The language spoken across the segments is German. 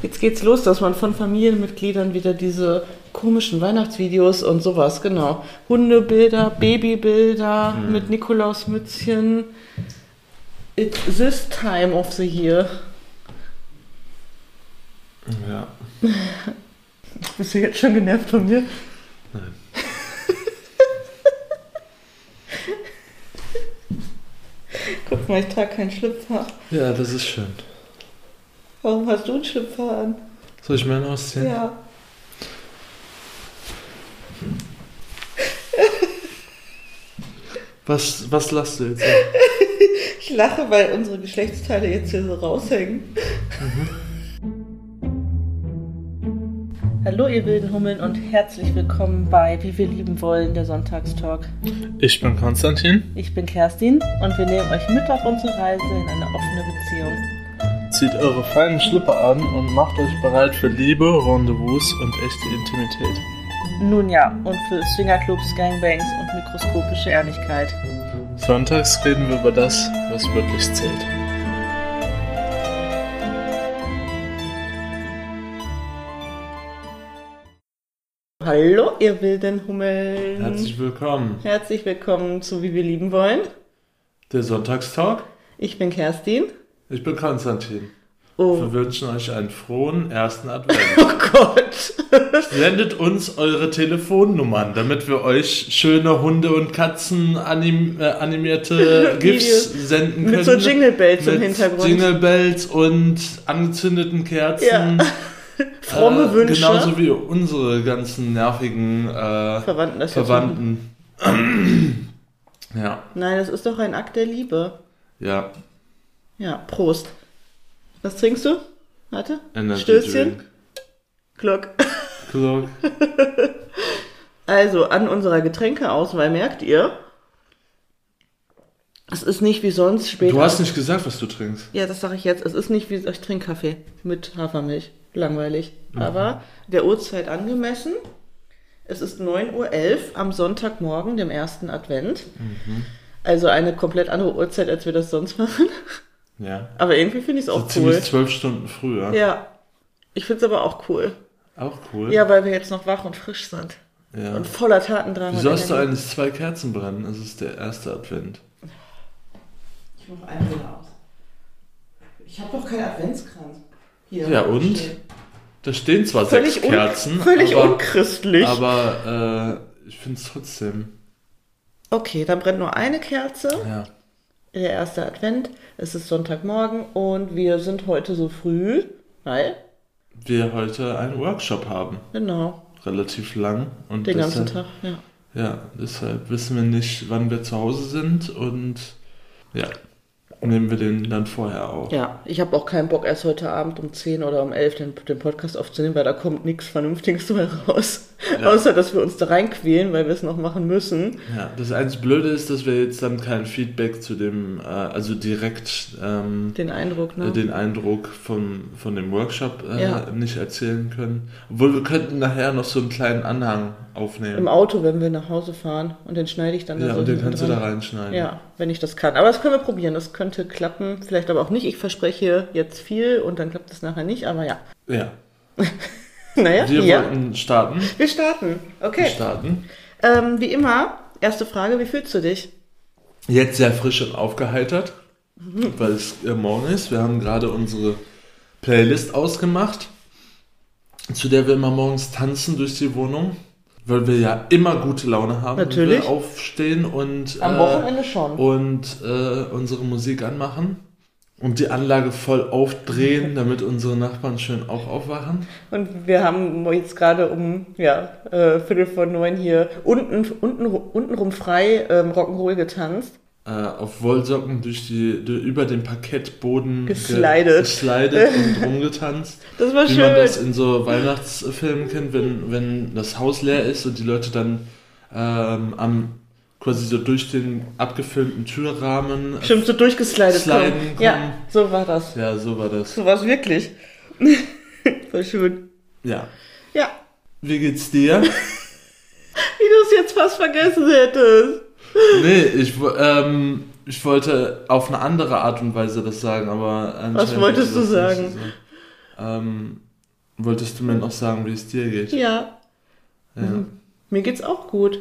Jetzt geht's los, dass man von Familienmitgliedern wieder diese komischen Weihnachtsvideos und sowas, genau. Hundebilder, Babybilder mit Nikolausmützchen. It's this time of the year. Ja. Bist du jetzt schon genervt von mir? Nein. Guck mal, ich trage keinen Schlüpfer. Ja, das ist schön. Warum hast du einen Schlüpfer an? Soll ich meinen ausziehen? Ja. Was lachst du jetzt? Ich lache, weil unsere Geschlechtsteile jetzt hier so raushängen. Hallo ihr wilden Hummeln und herzlich willkommen bei Wie wir lieben wollen, der Sonntagstalk. Ich bin Konstantin. Ich bin Kerstin und wir nehmen euch mit auf unsere Reise in eine offene Beziehung. Zieht eure feinen Schlipper an und macht euch bereit für Liebe, Rendezvous und echte Intimität. Nun ja, und für Swingerclubs, Gangbangs und mikroskopische Ehrlichkeit. Sonntags reden wir über das, was wirklich zählt. Hallo ihr wilden Hummeln. Herzlich willkommen. Herzlich willkommen zu Wie wir lieben wollen. Der Sonntagstalk. Ich bin Kerstin. Ich bin Konstantin. Oh. Wir wünschen euch einen frohen ersten Advent. Oh Gott. Sendet uns eure Telefonnummern, damit wir euch schöne Hunde- und Katzen animierte GIFs senden können. Mit so Jingle Bells im Mit Hintergrund. Jingle Bells und angezündeten Kerzen. Ja. Fromme Wünsche. Genauso wie unsere ganzen nervigen Verwandten. Ja. Nein, das ist doch ein Akt der Liebe. Ja. Ja, Prost. Was trinkst du? Warte. Energy Stößchen. Drink. Glock. Glock. Also, an unserer Getränkeauswahl merkt ihr, es ist nicht wie sonst später. Du hast nicht gesagt, was du trinkst. Ja, das sage ich jetzt. Es ist nicht wie, ich trinke Kaffee mit Hafermilch. Langweilig. Aber der Uhrzeit angemessen. Es ist 9:11 Uhr am Sonntagmorgen, dem ersten Advent. Also eine komplett andere Uhrzeit, als wir das sonst machen. Ja. Aber irgendwie finde ich es So auch ziemlich cool. 12 Stunden früher. Ja. Ich finde es aber auch cool. Auch cool. Ja, weil wir jetzt noch wach und frisch sind. Ja. Und voller Tatendrang. Wieso und hast du Energie. eigentlich 2 Kerzen brennen? Es ist der erste Advent. Ich mache einen wieder aus. Ich habe doch keinen Adventskranz. Hier. Ja, und? Steht. Da stehen zwar Völlig 6 Kerzen, völlig aber, unchristlich. aber ich finde es trotzdem. Okay, dann brennt nur eine Kerze. Ja. Der erste Advent. Es ist Sonntagmorgen und wir sind heute so früh, weil, Wir heute einen Workshop haben. genau, Relativ lang. Und den ganzen deshalb, Tag, ja. Ja, deshalb wissen wir nicht, wann wir zu Hause sind und ja, nehmen wir den dann vorher auf. Ja, ich habe auch keinen Bock, erst heute Abend um 10 oder um 11 den Podcast aufzunehmen, weil da kommt nichts Vernünftiges dabei raus. Ja. Außer, dass wir uns da reinquälen, weil wir es noch machen müssen. Ja, das einzige Blöde ist, dass wir jetzt dann kein Feedback zu dem, also direkt Den Eindruck, ne? den Eindruck von dem Workshop Ja. nicht erzählen können. Obwohl wir könnten nachher noch so einen kleinen Anhang aufnehmen. Im Auto, wenn wir nach Hause fahren und den schneide ich dann Ja, so und den hinten kannst du dran. da reinschneiden. Ja, wenn ich das kann. Aber das können wir probieren. Das könnte klappen. Vielleicht aber auch nicht. Ich verspreche jetzt viel und dann klappt es nachher nicht. Aber ja. Ja. Naja, Wir ja. wollten starten. Wir starten. Okay. Wir starten. Wie immer, erste Frage. Wie fühlst du dich? Jetzt sehr frisch und aufgeheitert, weil es morgen ist. Wir haben gerade unsere Playlist ausgemacht, zu der wir immer morgens tanzen durch die Wohnung, weil wir ja immer gute Laune haben, Natürlich. wenn wir aufstehen und Am Wochenende schon. und unsere Musik anmachen und die Anlage voll aufdrehen, damit unsere Nachbarn schön auch aufwachen. Und wir haben jetzt gerade um 8:45 hier untenrum frei Rock'n'Roll getanzt. Auf Wollsocken über den Parkettboden Geslidet. und rumgetanzt. Das war Wie schön. man das in so Weihnachtsfilmen kennt, wenn das Haus leer ist und die Leute dann quasi so durch den abgefilmten Türrahmen Stimmt, so durchgeslidet sliden kommen. Ja, so war das. Ja, so war das. So war es wirklich. Voll schön. Ja. Ja, Wie geht's dir? wie du es jetzt fast vergessen hättest. Nee, ich wollte auf eine andere Art und Weise das sagen, aber Was wolltest du sagen? Wolltest du mir noch sagen, wie es dir geht? Ja. Mir geht's auch gut.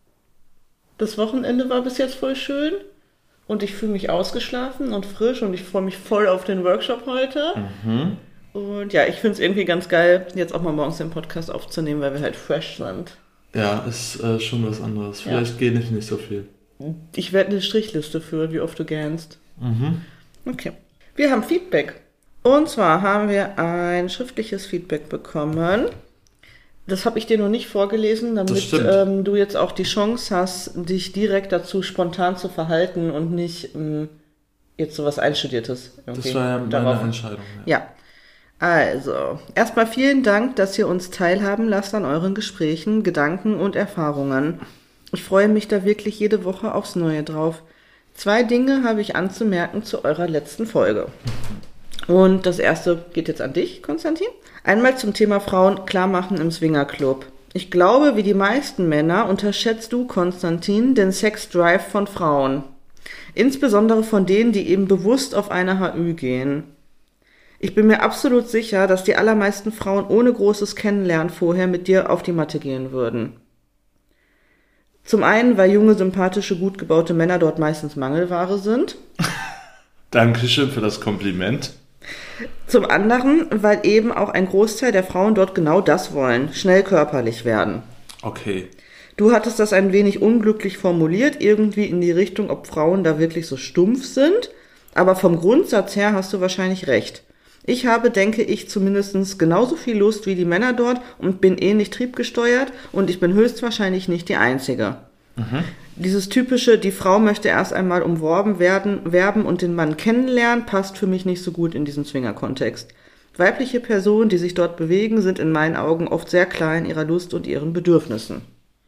Das Wochenende war bis jetzt voll schön und ich fühle mich ausgeschlafen und frisch und ich freue mich voll auf den Workshop heute. Und ja, ich finde es irgendwie ganz geil, jetzt auch mal morgens den Podcast aufzunehmen, weil wir halt fresh sind. Ja, ist schon was anderes. Vielleicht geht nicht so viel. Ich werde eine Strichliste führen, wie oft du gähnst. Okay. Wir haben Feedback. Und zwar haben wir ein schriftliches Feedback bekommen. Das habe ich dir noch nicht vorgelesen, damit du jetzt auch die Chance hast, dich direkt dazu spontan zu verhalten und nicht jetzt sowas Einstudiertes. Das war ja meine Entscheidung. Ja. Also, erstmal vielen Dank, dass ihr uns teilhaben lasst an euren Gesprächen, Gedanken und Erfahrungen. Ich freue mich da wirklich jede Woche aufs Neue drauf. 2 Dinge habe ich anzumerken zu eurer letzten Folge. Und das erste geht jetzt an dich, Konstantin. Einmal zum Thema Frauen klarmachen im Swingerclub. Ich glaube, wie die meisten Männer unterschätzt du, Konstantin, den Sexdrive von Frauen. Insbesondere von denen, die eben bewusst auf eine HÜ gehen. Ich bin mir absolut sicher, dass die allermeisten Frauen ohne großes Kennenlernen vorher mit dir auf die Matte gehen würden. Zum einen, weil junge, sympathische, gut gebaute Männer dort meistens Mangelware sind. Dankeschön für das Kompliment. Zum anderen, weil eben auch ein Großteil der Frauen dort genau das wollen, schnell körperlich werden. Okay. Du hattest das ein wenig unglücklich formuliert, irgendwie in die Richtung, ob Frauen da wirklich so stumpf sind, aber vom Grundsatz her hast du wahrscheinlich recht. Ich habe, denke ich, zumindest genauso viel Lust wie die Männer dort und bin ähnlich triebgesteuert und ich bin höchstwahrscheinlich nicht die Einzige. Dieses typische, die Frau möchte erst einmal werben und den Mann kennenlernen, passt für mich nicht so gut in diesen Swinger-Kontext. Weibliche Personen, die sich dort bewegen, sind in meinen Augen oft sehr klar in ihrer Lust und ihren Bedürfnissen.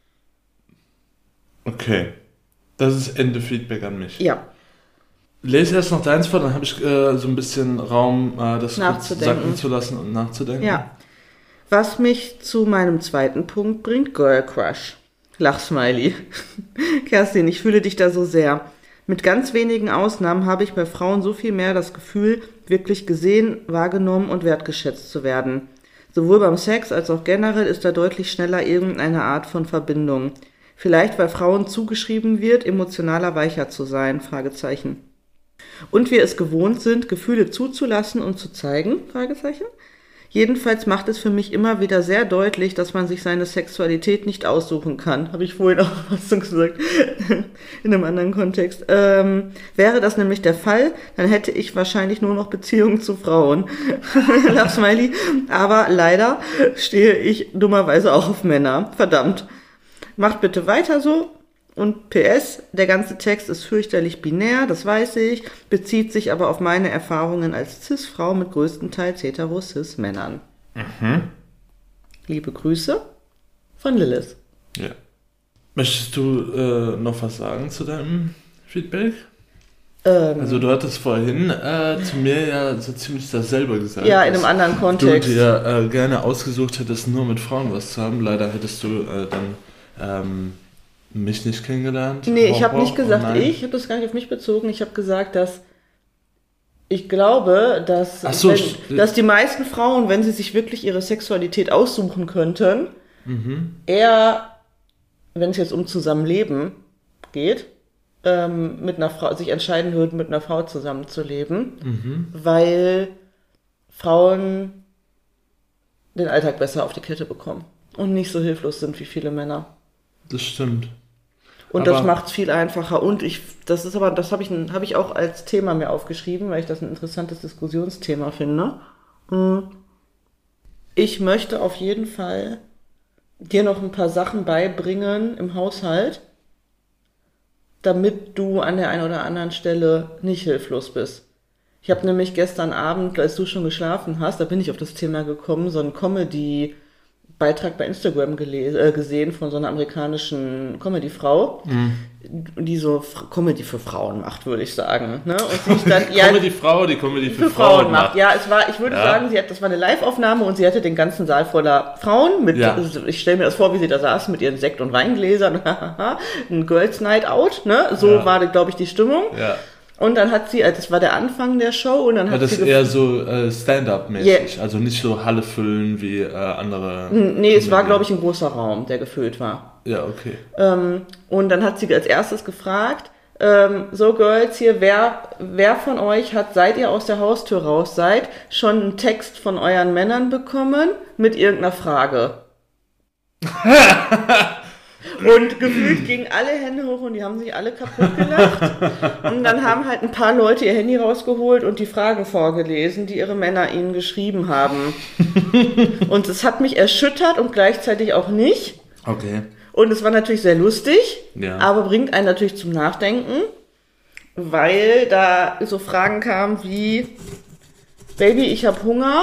Okay. Das ist Ende Feedback an mich. Ja. Lese erst noch deins vor, dann habe ich so ein bisschen Raum, das kurz sacken zu lassen und nachzudenken. Ja. Was mich zu meinem zweiten Punkt bringt, Girl Crush. Lachsmiley. Kerstin, ich fühle dich da so sehr. Mit ganz wenigen Ausnahmen habe ich bei Frauen so viel mehr das Gefühl, wirklich gesehen, wahrgenommen und wertgeschätzt zu werden. Sowohl beim Sex als auch generell ist da deutlich schneller irgendeine Art von Verbindung. Vielleicht, weil Frauen zugeschrieben wird, emotionaler weicher zu sein, Fragezeichen. Und wir es gewohnt sind, Gefühle zuzulassen und zu zeigen, Fragezeichen. Jedenfalls macht es für mich immer wieder sehr deutlich, dass man sich seine Sexualität nicht aussuchen kann. Habe ich vorhin auch was gesagt, in einem anderen Kontext. Wäre das nämlich der Fall, dann hätte ich wahrscheinlich nur noch Beziehungen zu Frauen. Love Smiley. Aber leider stehe ich dummerweise auch auf Männer. Verdammt. Macht bitte weiter so. Und PS, der ganze Text ist fürchterlich binär, das weiß ich, bezieht sich aber auf meine Erfahrungen als Cis-Frau mit größtenteils hetero-Cis-Männern. Liebe Grüße von Lilith. Ja. Möchtest du noch was sagen zu deinem Feedback? Also du hattest vorhin zu mir ja so ziemlich dasselbe gesagt. Ja, in einem anderen Kontext. Du dir gerne ausgesucht hättest, nur mit Frauen was zu haben. Leider hättest du dann mich nicht kennengelernt. Nee, ich habe nicht gesagt, ich habe das gar nicht auf mich bezogen. Ich habe gesagt, dass ich glaube, dass die meisten Frauen, wenn sie sich wirklich ihre Sexualität aussuchen könnten, eher, wenn es jetzt um Zusammenleben geht, mit einer Frau, sich entscheiden würden, mit einer Frau zusammenzuleben, weil Frauen den Alltag besser auf die Kette bekommen und nicht so hilflos sind wie viele Männer. Das stimmt. Und das macht es viel einfacher. Und das habe ich auch als Thema mir aufgeschrieben, weil ich das ein interessantes Diskussionsthema finde. Ich möchte auf jeden Fall dir noch ein paar Sachen beibringen im Haushalt, damit du an der einen oder anderen Stelle nicht hilflos bist. Ich habe nämlich gestern Abend, als du schon geschlafen hast, da bin ich auf das Thema gekommen, so ein Comedy-Beitrag bei Instagram gesehen von so einer amerikanischen Comedy-Frau, die so Comedy für Frauen macht, würde ich sagen. Ne? Und sie dann, Comedy-Frau, die Comedy für Frauen macht. Ja, ich würde sagen, das war eine Live-Aufnahme und sie hatte den ganzen Saal voller Frauen mit, ich stelle mir das vor, wie sie da saßen mit ihren Sekt- und Weingläsern, ein Girls Night Out, ne? So war, glaube ich, die Stimmung. Ja. Und dann hat sie, das war der Anfang der Show, und dann hat das sie... eher so Stand-up-mäßig, also nicht so Halle füllen wie andere... Nee, es war, glaube ich, ein großer Raum, der gefüllt war. Ja, okay. Und dann hat sie als erstes gefragt, so Girls hier, wer von euch hat, seit ihr aus der Haustür raus seid, schon einen Text von euren Männern bekommen mit irgendeiner Frage? Und gefühlt gingen alle Hände hoch und die haben sich alle kaputt gelacht. Und dann haben halt ein paar Leute ihr Handy rausgeholt und die Fragen vorgelesen, die ihre Männer ihnen geschrieben haben. Und es hat mich erschüttert und gleichzeitig auch nicht. Okay. Und es war natürlich sehr lustig, ja. Aber bringt einen natürlich zum Nachdenken, weil da so Fragen kamen wie: Baby, ich habe Hunger.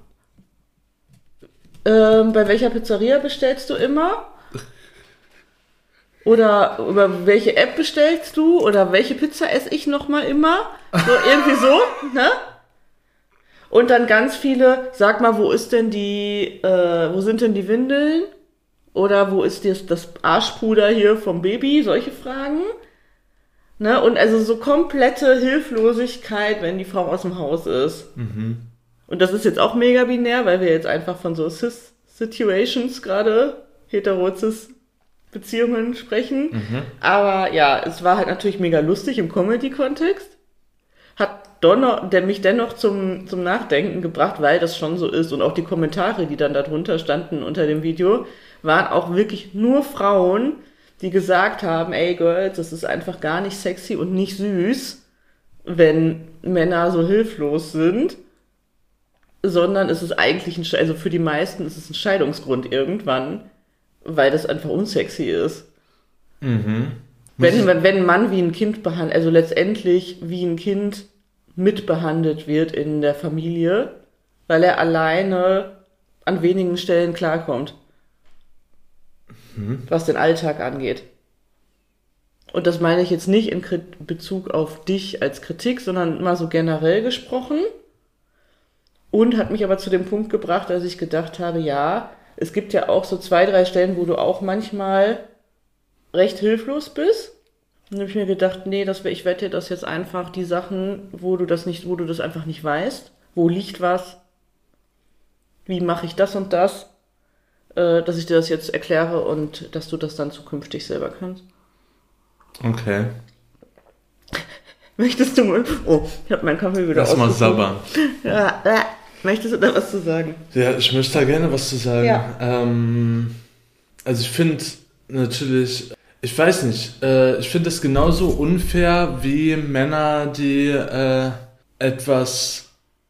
Bei welcher Pizzeria bestellst du immer? Oder über welche App bestellst du? Oder welche Pizza esse ich nochmal immer? So, irgendwie so, ne? Und dann ganz viele, sag mal, wo sind denn die Windeln? Oder wo ist das Arschpuder hier vom Baby? Solche Fragen. Ne? Und also so komplette Hilflosigkeit, wenn die Frau aus dem Haus ist. Mhm. Und das ist jetzt auch mega binär, weil wir jetzt einfach von so Cis-Situations gerade, hetero-cis-Beziehungen sprechen. Mhm. Aber ja, es war halt natürlich mega lustig im Comedy-Kontext. Hat mich dennoch zum Nachdenken gebracht, weil das schon so ist. Und auch die Kommentare, die dann darunter standen unter dem Video, waren auch wirklich nur Frauen, die gesagt haben, ey Girls, das ist einfach gar nicht sexy und nicht süß, wenn Männer so hilflos sind. Sondern es ist eigentlich also für die meisten ist es ein Scheidungsgrund irgendwann, weil das einfach unsexy ist. Mhm. Wenn ein Mann wie ein Kind behandelt, also letztendlich wie ein Kind mitbehandelt wird in der Familie, weil er alleine an wenigen Stellen klarkommt, was den Alltag angeht. Und das meine ich jetzt nicht in Bezug auf dich als Kritik, sondern mal so generell gesprochen. Und hat mich aber zu dem Punkt gebracht, dass ich gedacht habe, ja, es gibt ja auch so 2, 3 Stellen, wo du auch manchmal recht hilflos bist. Und dann habe ich mir gedacht, nee, ich wette dir das jetzt einfach die Sachen, wo du das einfach nicht weißt. Wo liegt was? Wie mache ich das und das? Dass ich dir das jetzt erkläre und dass du das dann zukünftig selber kannst. Okay. Möchtest du mal... Oh, ich habe meinen Kaffee wieder Lass mal sabbern. Ja, möchtest du da was zu sagen? Ja, ich möchte da gerne was zu sagen. Ja. Also ich finde natürlich... Ich weiß nicht, ich finde es genauso unfair wie Männer, die etwas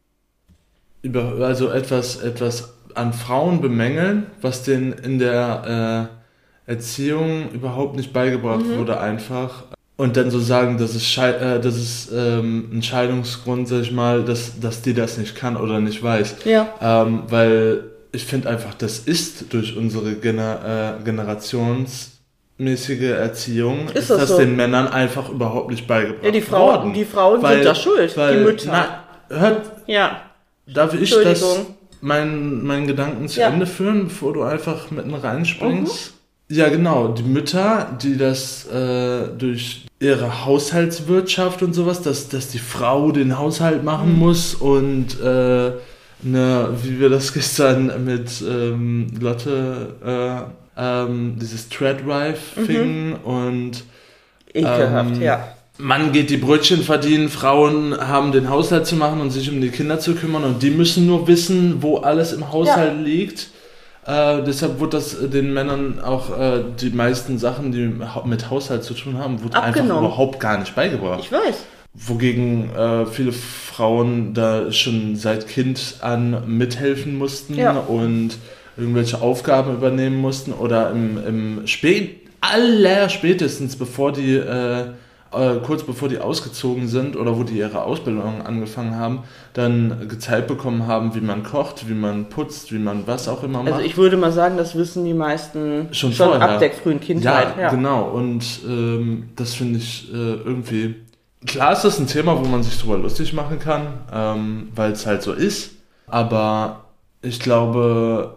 an Frauen bemängeln, was denen in der Erziehung überhaupt nicht beigebracht wurde einfach. Und dann so sagen, das ist ein Scheidungsgrund, sag ich mal, dass die das nicht kann oder nicht weiß. Ja. Weil ich finde einfach, das ist durch unsere generationsmäßige Erziehung, ist das so? Den Männern einfach überhaupt nicht beigebracht worden. Die Frauen sind da schuld, die Mütter. Darf ich meinen Gedanken zu Ende führen, bevor du einfach mitten reinspringst? Ja, genau, die Mütter, die das durch ihre Haushaltswirtschaft und sowas, dass die Frau den Haushalt machen muss und wie wir das gestern mit Lotte dieses Thread-Wife fingen und ekelhaft, Mann geht die Brötchen verdienen, Frauen haben den Haushalt zu machen und sich um die Kinder zu kümmern und die müssen nur wissen, wo alles im Haushalt liegt. Deshalb wurde das den Männern auch die meisten Sachen, die mit Haushalt zu tun haben, wurde einfach überhaupt gar nicht beigebracht. Ich weiß. Wogegen viele Frauen da schon seit Kind an mithelfen mussten und irgendwelche Aufgaben übernehmen mussten oder allerspätestens kurz bevor die ausgezogen sind oder wo die ihre Ausbildung angefangen haben, dann gezeigt bekommen haben, wie man kocht, wie man putzt, wie man was auch immer macht. Also ich würde mal sagen, das wissen die meisten schon ab der frühen Kindheit. Ja, genau. Und das finde ich irgendwie... Klar ist das ein Thema, wo man sich drüber lustig machen kann, weil es halt so ist. Aber ich glaube...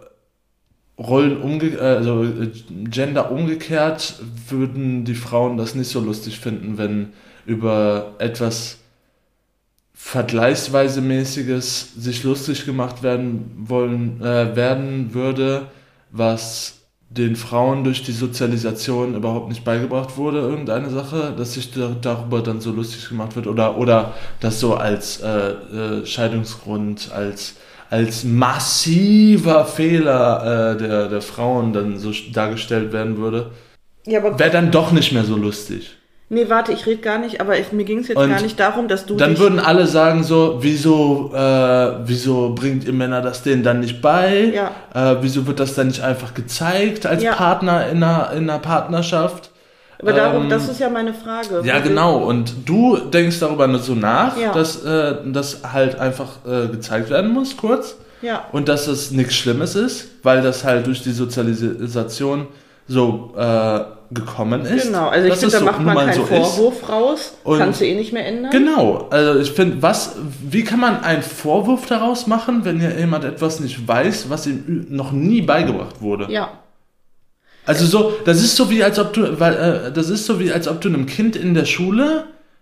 Gender umgekehrt würden die Frauen das nicht so lustig finden, wenn über etwas vergleichsweise mäßiges sich lustig gemacht werden würde, was den Frauen durch die Sozialisation überhaupt nicht beigebracht wurde, irgendeine Sache, dass sich darüber dann so lustig gemacht wird oder das so als Scheidungsgrund, als massiver Fehler der Frauen dann so dargestellt werden würde, wäre dann doch nicht mehr so lustig. Nee, warte, ich rede gar nicht, aber mir ging es jetzt gar nicht darum, dass du dann würden alle sagen so, wieso bringt ihr Männer das denen dann nicht bei? Ja. Wieso wird das dann nicht einfach gezeigt als Partner in einer Partnerschaft? Aber darum, das ist ja meine Frage. Ja, genau. Und du denkst darüber nur so nach, dass das halt einfach gezeigt werden muss, kurz. Ja. Und dass es nichts Schlimmes ist, weil das halt durch die Sozialisation so gekommen ist. Genau, also ich finde, da macht man keinen Vorwurf raus, kannst du eh nicht mehr ändern. Genau, also ich finde, wie kann man einen Vorwurf daraus machen, wenn ja jemand etwas nicht weiß, was ihm noch nie beigebracht wurde? Ja. Also das ist so wie als ob du einem Kind in der Schule,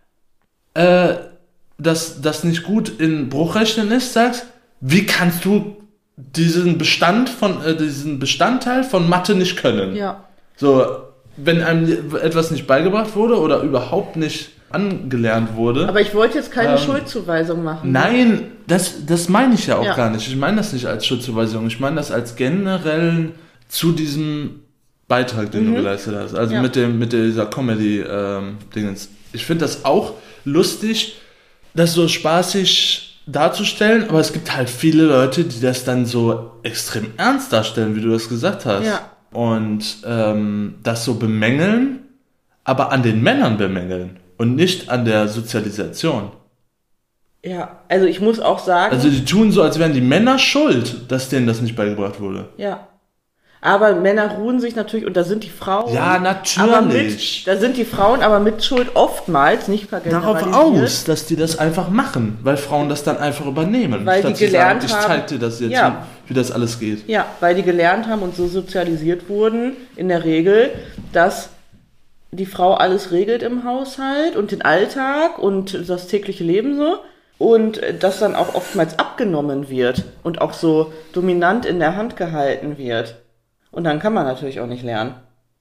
das nicht gut in Bruchrechnen ist, sagst, wie kannst du diesen Bestandteil von Mathe nicht können? Ja. So, wenn einem etwas nicht beigebracht wurde oder überhaupt nicht angelernt wurde. Aber ich wollte jetzt keine Schuldzuweisung machen. Nein, das meine ich ja auch gar nicht. Ich meine das nicht als Schuldzuweisung. Ich meine das als generellen zu diesem Beitrag, den du geleistet hast. Also mit dieser Comedy-Dingens. Ich finde das auch lustig, das so spaßig darzustellen, aber es gibt halt viele Leute, die das dann so extrem ernst darstellen, wie du das gesagt hast. Ja. Und das so bemängeln, aber an den Männern bemängeln und nicht an der Sozialisation. Ja, also ich muss auch sagen... Also die tun so, als wären die Männer schuld, dass denen das nicht beigebracht wurde. Ja. Aber Männer ruhen sich natürlich, und da sind die Frauen... Ja, natürlich. Da sind die Frauen aber mit Schuld oftmals, nicht vergeneralisiert. Darauf aus, dass die das einfach machen, weil Frauen das dann einfach übernehmen. Weil die gelernt haben... Ich zeig dir das jetzt, wie das alles geht. Ja, weil die gelernt haben und so sozialisiert wurden, in der Regel, dass die Frau alles regelt im Haushalt und den Alltag und das tägliche Leben so. Und das dann auch oftmals abgenommen wird und auch so dominant in der Hand gehalten wird. Und dann kann man natürlich auch nicht lernen.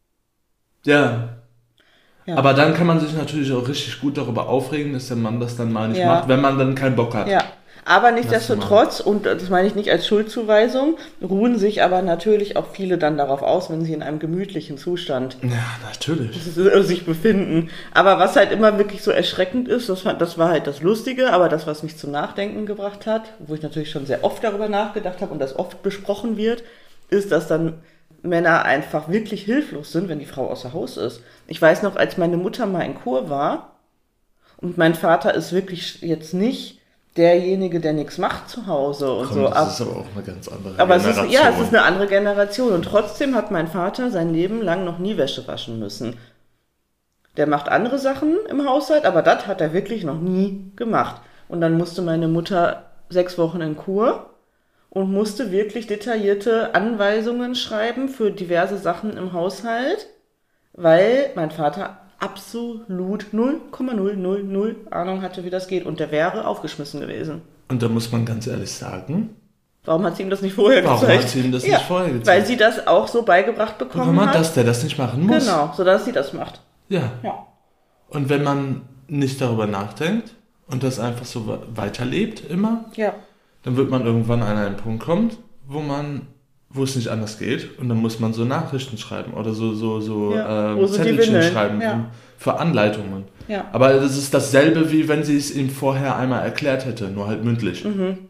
Ja. Aber dann kann man sich natürlich auch richtig gut darüber aufregen, dass der Mann das dann mal nicht macht, wenn man dann keinen Bock hat. Ja. Aber nichtsdestotrotz, und das meine ich nicht als Schuldzuweisung, ruhen sich aber natürlich auch viele dann darauf aus, wenn sie in einem gemütlichen Zustand sich befinden. Aber was halt immer wirklich so erschreckend ist, das war halt das Lustige, aber das, was mich zum Nachdenken gebracht hat, wo ich natürlich schon sehr oft darüber nachgedacht habe und das oft besprochen wird, ist, dass dann Männer einfach wirklich hilflos sind, wenn die Frau außer Haus ist. Ich weiß noch, als meine Mutter mal in Kur war und mein Vater ist wirklich jetzt nicht derjenige, der nichts macht zu Hause und so. Das ist aber auch eine ganz andere Generation. Es ist eine andere Generation und trotzdem hat mein Vater sein Leben lang noch nie Wäsche waschen müssen. Der macht andere Sachen im Haushalt, aber das hat er wirklich noch nie gemacht. Und dann musste meine Mutter 6 Wochen in Kur und musste wirklich detaillierte Anweisungen schreiben für diverse Sachen im Haushalt, weil mein Vater absolut 0,000 Ahnung hatte, wie das geht. Und der wäre aufgeschmissen gewesen. Und da muss man ganz ehrlich sagen... Warum hat sie ihm das nicht vorher gezeigt? Warum hat sie ihm das nicht vorher gezeigt? Weil sie das auch so beigebracht bekommen hat. Dass der das nicht machen muss. Genau, sodass sie das macht. Ja. Und wenn man nicht darüber nachdenkt und das einfach so weiterlebt immer, dann wird man irgendwann an einen Punkt kommen, wo es nicht anders geht und dann muss man so Nachrichten schreiben oder so Zettelchen schreiben für Anleitungen. Ja. Aber das ist dasselbe, wie wenn sie es ihm vorher einmal erklärt hätte, nur halt mündlich.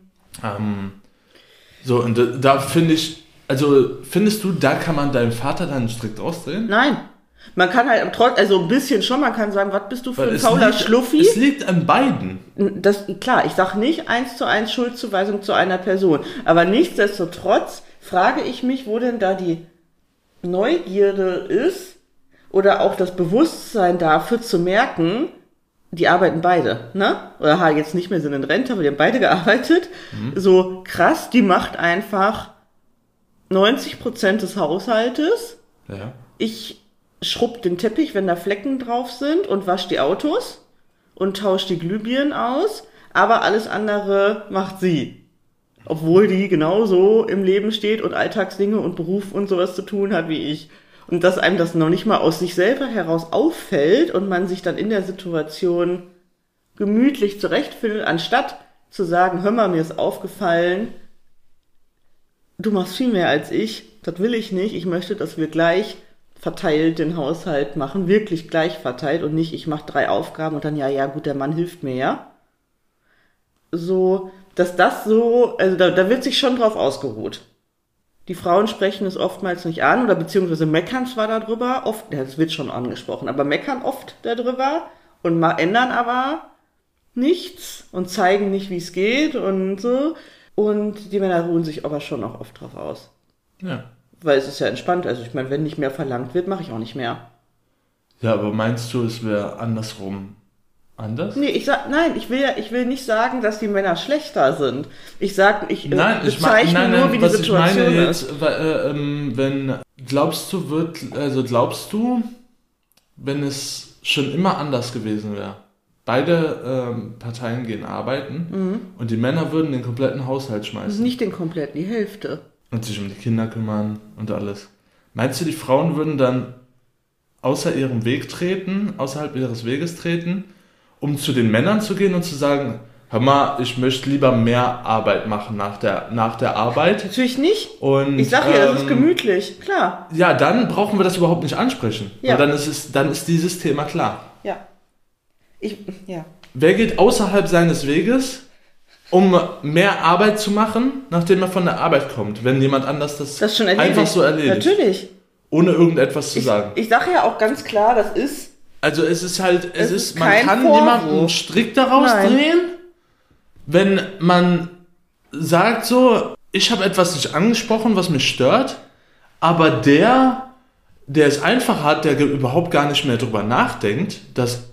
So, und da finde ich, also findest du, da kann man deinem Vater dann strikt rausdrehen? Nein. Man kann halt also ein bisschen schon, man kann sagen, was bist du für ein fauler Schluffi? Es liegt an beiden. Klar, ich sage nicht 1:1 Schuldzuweisung zu einer Person, aber nichtsdestotrotz frage ich mich, wo denn da die Neugierde ist oder auch das Bewusstsein dafür zu merken, die arbeiten beide, ne? Oder jetzt nicht mehr sind in Rente, aber die haben beide gearbeitet. So krass, die macht einfach 90% des Haushaltes. Ja. Ich schrubb den Teppich, wenn da Flecken drauf sind und wasch die Autos. und tauscht die Glühbirnen aus, aber alles andere macht sie. Obwohl die genauso im Leben steht und Alltagsdinge und Beruf und sowas zu tun hat wie ich. Und dass einem das noch nicht mal aus sich selber heraus auffällt und man sich dann in der Situation gemütlich zurechtfindet, anstatt zu sagen, hör mal, mir ist aufgefallen, du machst viel mehr als ich, das will ich nicht, ich möchte, dass wir gleich verteilt den Haushalt machen, wirklich gleich verteilt und nicht, ich mache 3 Aufgaben und dann, ja, gut, der Mann hilft mir, ja. So, dass das so, also da wird sich schon drauf ausgeruht. Die Frauen sprechen es oftmals nicht an oder beziehungsweise meckern zwar darüber, oft, ja, das wird schon angesprochen, aber meckern oft darüber und ändern aber nichts und zeigen nicht, wie es geht und so. Und die Männer ruhen sich aber schon auch oft drauf aus. Ja. Weil es ist ja entspannt. Also ich meine, wenn nicht mehr verlangt wird, mache ich auch nicht mehr. Ja, aber meinst du, es wäre andersrum anders? Nee, ich will nicht sagen, dass die Männer schlechter sind. Ich bezeichne nur, wie die Situation ist. Glaubst du, wenn es schon immer anders gewesen wäre, beide Parteien gehen arbeiten und die Männer würden den kompletten Haushalt schmeißen. Nicht den kompletten, die Hälfte. Und sich um die Kinder kümmern und alles. Meinst du, die Frauen würden dann außerhalb ihres Weges treten, um zu den Männern zu gehen und zu sagen, hör mal, ich möchte lieber mehr Arbeit machen nach der Arbeit? Natürlich nicht. Und, ich sag ja, das ist gemütlich, klar. Ja, dann brauchen wir das überhaupt nicht ansprechen. Ja. Weil dann ist dieses Thema klar. Ja. Wer geht außerhalb seines Weges, um mehr Arbeit zu machen, nachdem er von der Arbeit kommt, wenn jemand anders das schon einfach so erledigt? Natürlich. Ohne irgendetwas zu sagen. Ich sage ja auch ganz klar, das ist... Also es ist man kein kann Vorwurf. jemanden einen Strick daraus drehen, wenn man sagt so, ich habe etwas nicht angesprochen, was mich stört, aber der es einfach hat, der überhaupt gar nicht mehr drüber nachdenkt, dass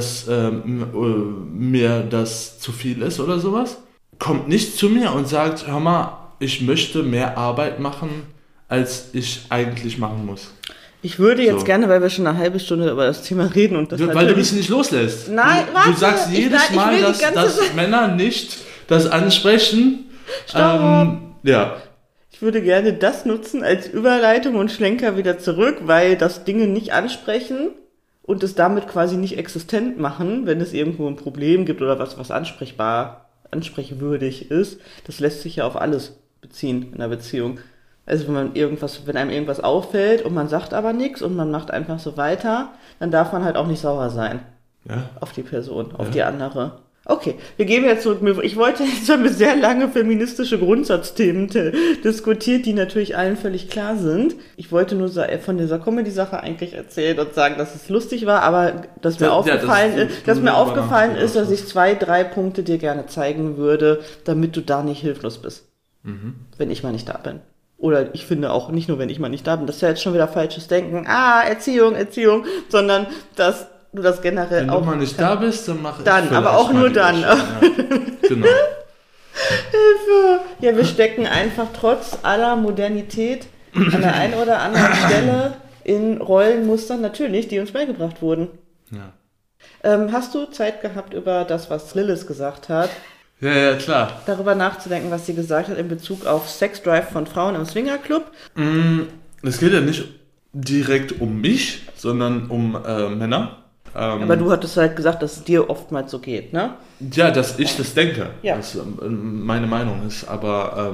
mir das zu viel ist oder sowas, kommt nicht zu mir und sagt, hör mal, ich möchte mehr Arbeit machen, als ich eigentlich machen muss. Ich würde jetzt gerne, weil wir schon eine halbe Stunde über das Thema reden und das weil du mich nicht loslässt. Nein, du sagst jedes Mal, dass Männer nicht das ansprechen. Ja. Ich würde gerne das nutzen als Überleitung und Schlenker wieder zurück, weil das Dinge nicht ansprechen und es damit quasi nicht existent machen, wenn es irgendwo ein Problem gibt oder was ansprechwürdig ist. Das lässt sich ja auf alles beziehen in einer Beziehung. Also wenn einem irgendwas auffällt und man sagt aber nichts und man macht einfach so weiter, dann darf man halt auch nicht sauer sein. Ja. Auf die Person, auf die andere. Okay, wir gehen jetzt zurück. Jetzt haben wir sehr lange feministische Grundsatzthemen diskutiert, die natürlich allen völlig klar sind. Ich wollte nur von dieser Comedy-Sache eigentlich erzählen und sagen, dass es lustig war, aber dass mir aufgefallen ist, dass ich 2, 3 Punkte dir gerne zeigen würde, damit du da nicht hilflos bist. Wenn ich mal nicht da bin. Oder ich finde auch nicht nur, wenn ich mal nicht da bin. Das ist ja jetzt schon wieder falsches Denken. Erziehung, sondern dass du das generell wenn auch... Wenn du mal nicht da bist, dann mach ich dann, aber auch nur dann. Ja. Genau. Hilfe! Ja, wir stecken einfach trotz aller Modernität an der einen oder anderen Stelle in Rollenmustern natürlich, die uns beigebracht wurden. Ja. Hast du Zeit gehabt, über das, was Lilith gesagt hat, Ja, klar. darüber nachzudenken, was sie gesagt hat in Bezug auf Sexdrive von Frauen im Swingerclub? Es geht ja nicht direkt um mich, sondern um Männer. Aber du hattest halt gesagt, dass es dir oftmals so geht, ne? Ja, dass ich das denke, Ja. was meine Meinung ist, aber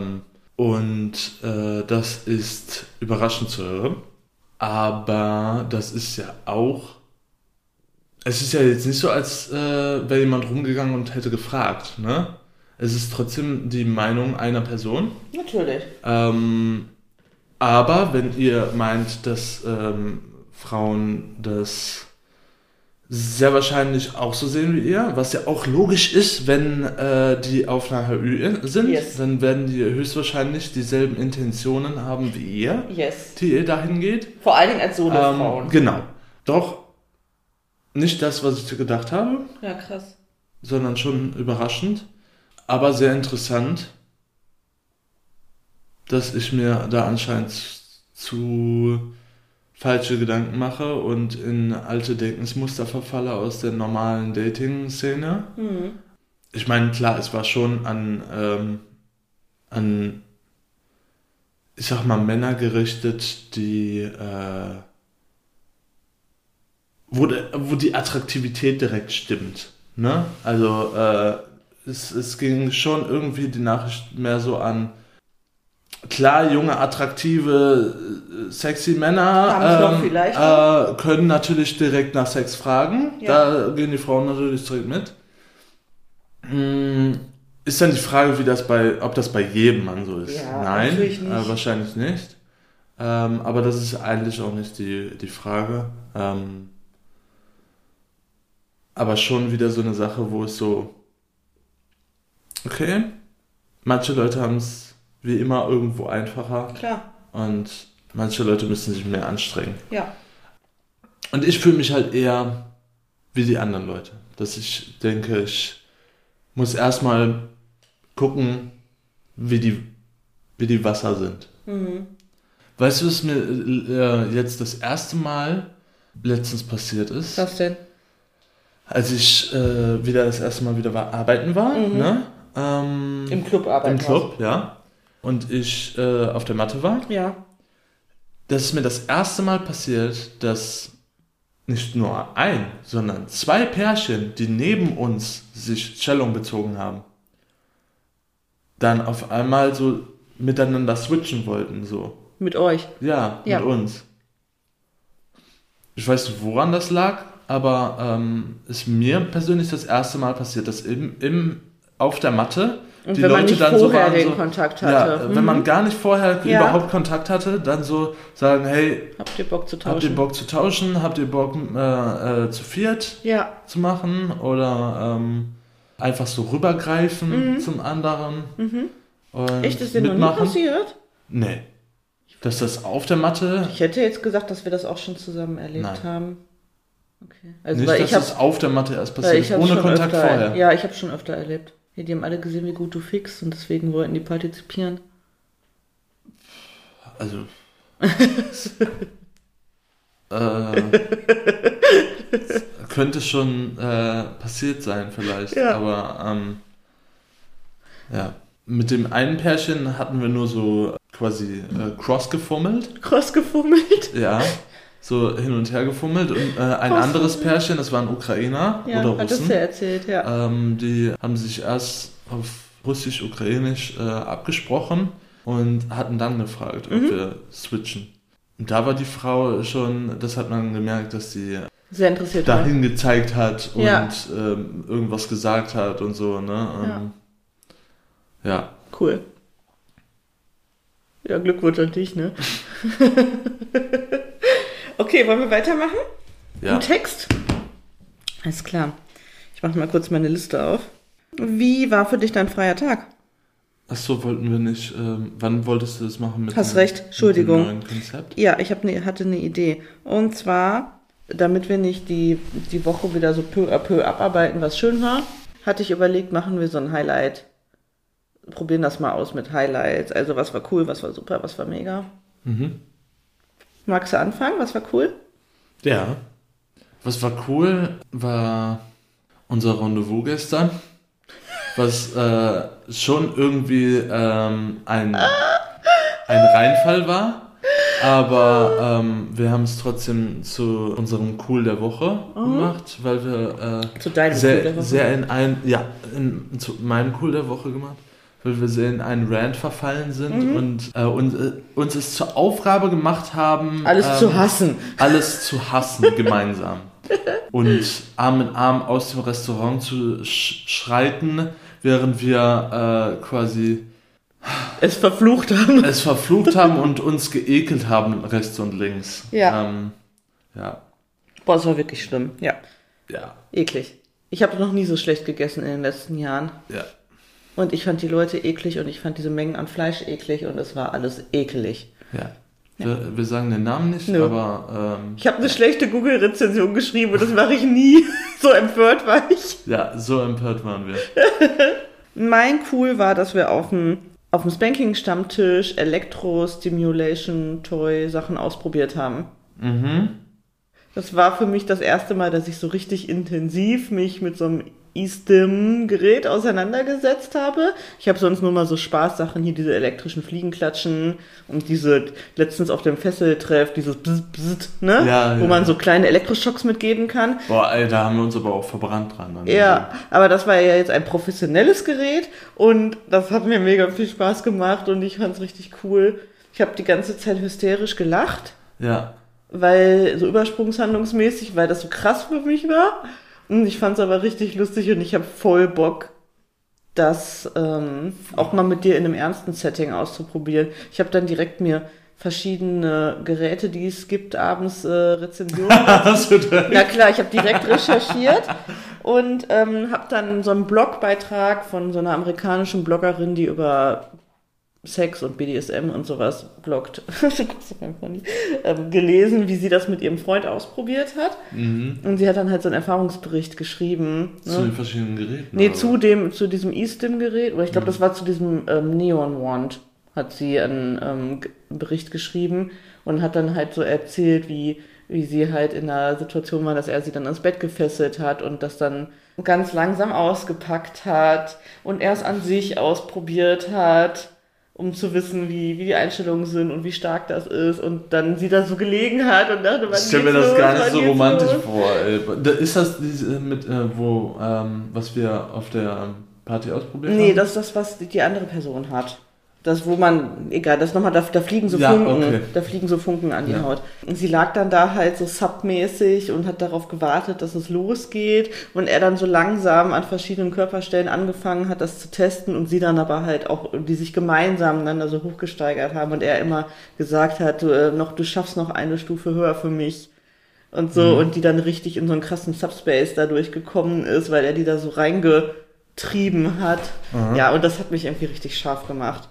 das ist überraschend zu hören. Aber das ist ja auch, es ist ja jetzt nicht so, als wäre jemand rumgegangen und hätte gefragt, ne? Es ist trotzdem die Meinung einer Person. Natürlich. Aber wenn ihr meint, dass Frauen das sehr wahrscheinlich auch so sehen wie ihr, was ja auch logisch ist, wenn die auf einer HÜ sind, Yes. dann werden die höchstwahrscheinlich dieselben Intentionen haben wie ihr, Yes. die ihr dahin geht. Vor allen Dingen als Solo-Frauen. Genau. Doch nicht das, was ich gedacht habe, Ja, krass. sondern schon überraschend, aber sehr interessant, dass ich mir da anscheinend zu falsche Gedanken mache und in alte Denkensmuster verfalle aus der normalen Dating-Szene. Ich meine, klar, es war schon an ich sag mal, Männer gerichtet, die wo die Attraktivität direkt stimmt. Ne? Also es ging schon irgendwie die Nachricht mehr so an, klar, junge, attraktive, sexy Männer können natürlich direkt nach Sex fragen. Ja. Da gehen die Frauen natürlich direkt mit. Ist dann die Frage, ob das bei jedem Mann so ist. Ja, nein, natürlich nicht. Wahrscheinlich nicht. Aber das ist eigentlich auch nicht die Frage. Aber schon wieder so eine Sache, wo es so, okay, manche Leute haben es wie immer irgendwo einfacher. Klar. Und manche Leute müssen sich mehr anstrengen. Ja. Und ich fühle mich halt eher wie die anderen Leute. Dass ich denke, ich muss erstmal gucken, wie die Wasser sind. Weißt du, was mir jetzt das erste Mal letztens passiert ist? Was denn? Als ich das erste Mal wieder arbeiten war, ne? Im Club arbeiten. Im Club, ja. Und ich auf der Matte war. Ja. Das ist mir das erste Mal passiert, dass nicht nur sondern 2 Pärchen, die neben uns sich Stellung bezogen haben, dann auf einmal so miteinander switchen wollten, so. Mit euch? Ja, mit uns. Ich weiß nicht, woran das lag, aber ist mir persönlich das erste Mal passiert, dass auf der Matte und die wenn Leute man nicht dann vorher so den Kontakt hatte. Ja, wenn man gar nicht vorher überhaupt Kontakt hatte, dann so sagen, hey, habt ihr Bock zu tauschen? Habt ihr Bock zu viert zu machen? Oder einfach so rübergreifen zum anderen. Und echt, ist dir noch nie passiert? Nee. Dass das auf der Matte... Ich hätte jetzt gesagt, dass wir das auch schon zusammen erlebt haben. Okay. Also, nicht, dass es auf der Matte erst passiert ist, ohne Kontakt vorher. Ja, ich habe es schon öfter erlebt. Die haben alle gesehen, wie gut du fickst und deswegen wollten die partizipieren. Also... könnte schon passiert sein vielleicht, aber ja. Mit dem einen Pärchen hatten wir nur so quasi cross gefummelt. Cross gefummelt? Ja, so hin und her gefummelt. Und ein anderes Pärchen, das waren Ukrainer oder Russen. Hattest du erzählt, ja. Die haben sich erst auf Russisch-Ukrainisch abgesprochen und hatten dann gefragt, ob wir switchen. Und da war die Frau schon, das hat man gemerkt, dass sie sehr interessiert dahin gezeigt hat und irgendwas gesagt hat und so, ne? Ja. Cool. Ja, Glückwunsch an dich, ne? Okay, wollen wir weitermachen? Ja. Im Text? Alles klar. Ich mache mal kurz meine Liste auf. Wie war für dich dein freier Tag? Achso, wollten wir nicht. Wann wolltest du das machen? Hast recht, Entschuldigung. Mit dem neuen Konzept? Ja, ich hatte eine Idee. Und zwar, damit wir nicht die Woche wieder so peu à peu abarbeiten, was schön war, hatte ich überlegt, machen wir so ein Highlight. Probieren das mal aus mit Highlights. Also was war cool, was war super, was war mega. Magst du anfangen? Was war cool? Ja. Was war cool, war unser Rendezvous gestern. Was schon irgendwie ein Reinfall war. Aber wir haben es trotzdem zu unserem Cool der Woche gemacht, weil wir zu deinem Cool der Woche? Zu meinem Cool der Woche gemacht. Weil wir sehr in einen Rant verfallen sind und uns es zur Aufgabe gemacht haben, alles zu hassen gemeinsam. Und Arm in Arm aus dem Restaurant zu schreiten, während wir quasi es verflucht haben und uns geekelt haben rechts und links. Ja. Ja. Boah, das war wirklich schlimm. Ja. Ja. Eklig. Ich habe noch nie so schlecht gegessen in den letzten Jahren. Ja. Und ich fand die Leute eklig und ich fand diese Mengen an Fleisch eklig und es war alles ekelig. Ja. Wir sagen den Namen nicht, aber... ich habe eine schlechte Google-Rezension geschrieben und das mache ich nie. So empört war ich. Ja, so empört waren wir. Mein Cool war, dass wir auf dem Spanking-Stammtisch Elektro-Stimulation-Toy-Sachen ausprobiert haben. Das war für mich das erste Mal, dass ich so richtig intensiv mich mit so einem eStim-Gerät auseinandergesetzt habe. Ich habe sonst nur mal so Spaßsachen, hier diese elektrischen Fliegenklatschen und diese letztens auf dem Fesseltreff, dieses Bzz, Bzz, ne? Ja, wo man so kleine Elektroschocks mitgeben kann. Boah, ey, da haben wir uns aber auch verbrannt dran. Ja, aber das war ja jetzt ein professionelles Gerät und das hat mir mega viel Spaß gemacht und ich fand es richtig cool. Ich habe die ganze Zeit hysterisch gelacht. Ja. Weil so übersprungshandlungsmäßig, weil das so krass für mich war. Und ich fand es aber richtig lustig und ich habe voll Bock, das auch mal mit dir in einem ernsten Setting auszuprobieren. Ich habe dann direkt mir verschiedene Geräte, die es gibt, abends Rezensionen. Na klar, ich habe direkt recherchiert und habe dann so einen Blogbeitrag von so einer amerikanischen Bloggerin, die über Sex und BDSM und sowas bloggt, gelesen, wie sie das mit ihrem Freund ausprobiert hat. Und sie hat dann halt so einen Erfahrungsbericht geschrieben. Zu den verschiedenen Geräten? Nee, zu diesem eStim-Gerät, oder ich glaube, das war zu diesem Neon Wand, hat sie einen Bericht geschrieben und hat dann halt so erzählt, wie sie halt in einer Situation war, dass er sie dann ans Bett gefesselt hat und das dann ganz langsam ausgepackt hat und erst an sich ausprobiert hat, um zu wissen, wie die Einstellungen sind und wie stark das ist. Und dann sie da so gelegen hat und dachte, ich stelle mir das gar nicht so romantisch vor. Ey. Ist das diese mit, was wir auf der Party ausprobiert haben? Nee, das ist das, was die andere Person hat. Das, wo man, egal, das nochmal, da fliegen so Funken, okay. Da fliegen so Funken an die Haut. Und sie lag dann da halt so submäßig und hat darauf gewartet, dass es losgeht. Und er dann so langsam an verschiedenen Körperstellen angefangen hat, das zu testen und sie dann aber halt auch, die sich gemeinsam dann da so hochgesteigert haben und er immer gesagt hat, du schaffst noch eine Stufe höher für mich. Und so, und die dann richtig in so einen krassen Subspace dadurch gekommen ist, weil er die da so reingetrieben hat. Ja, und das hat mich irgendwie richtig scharf gemacht.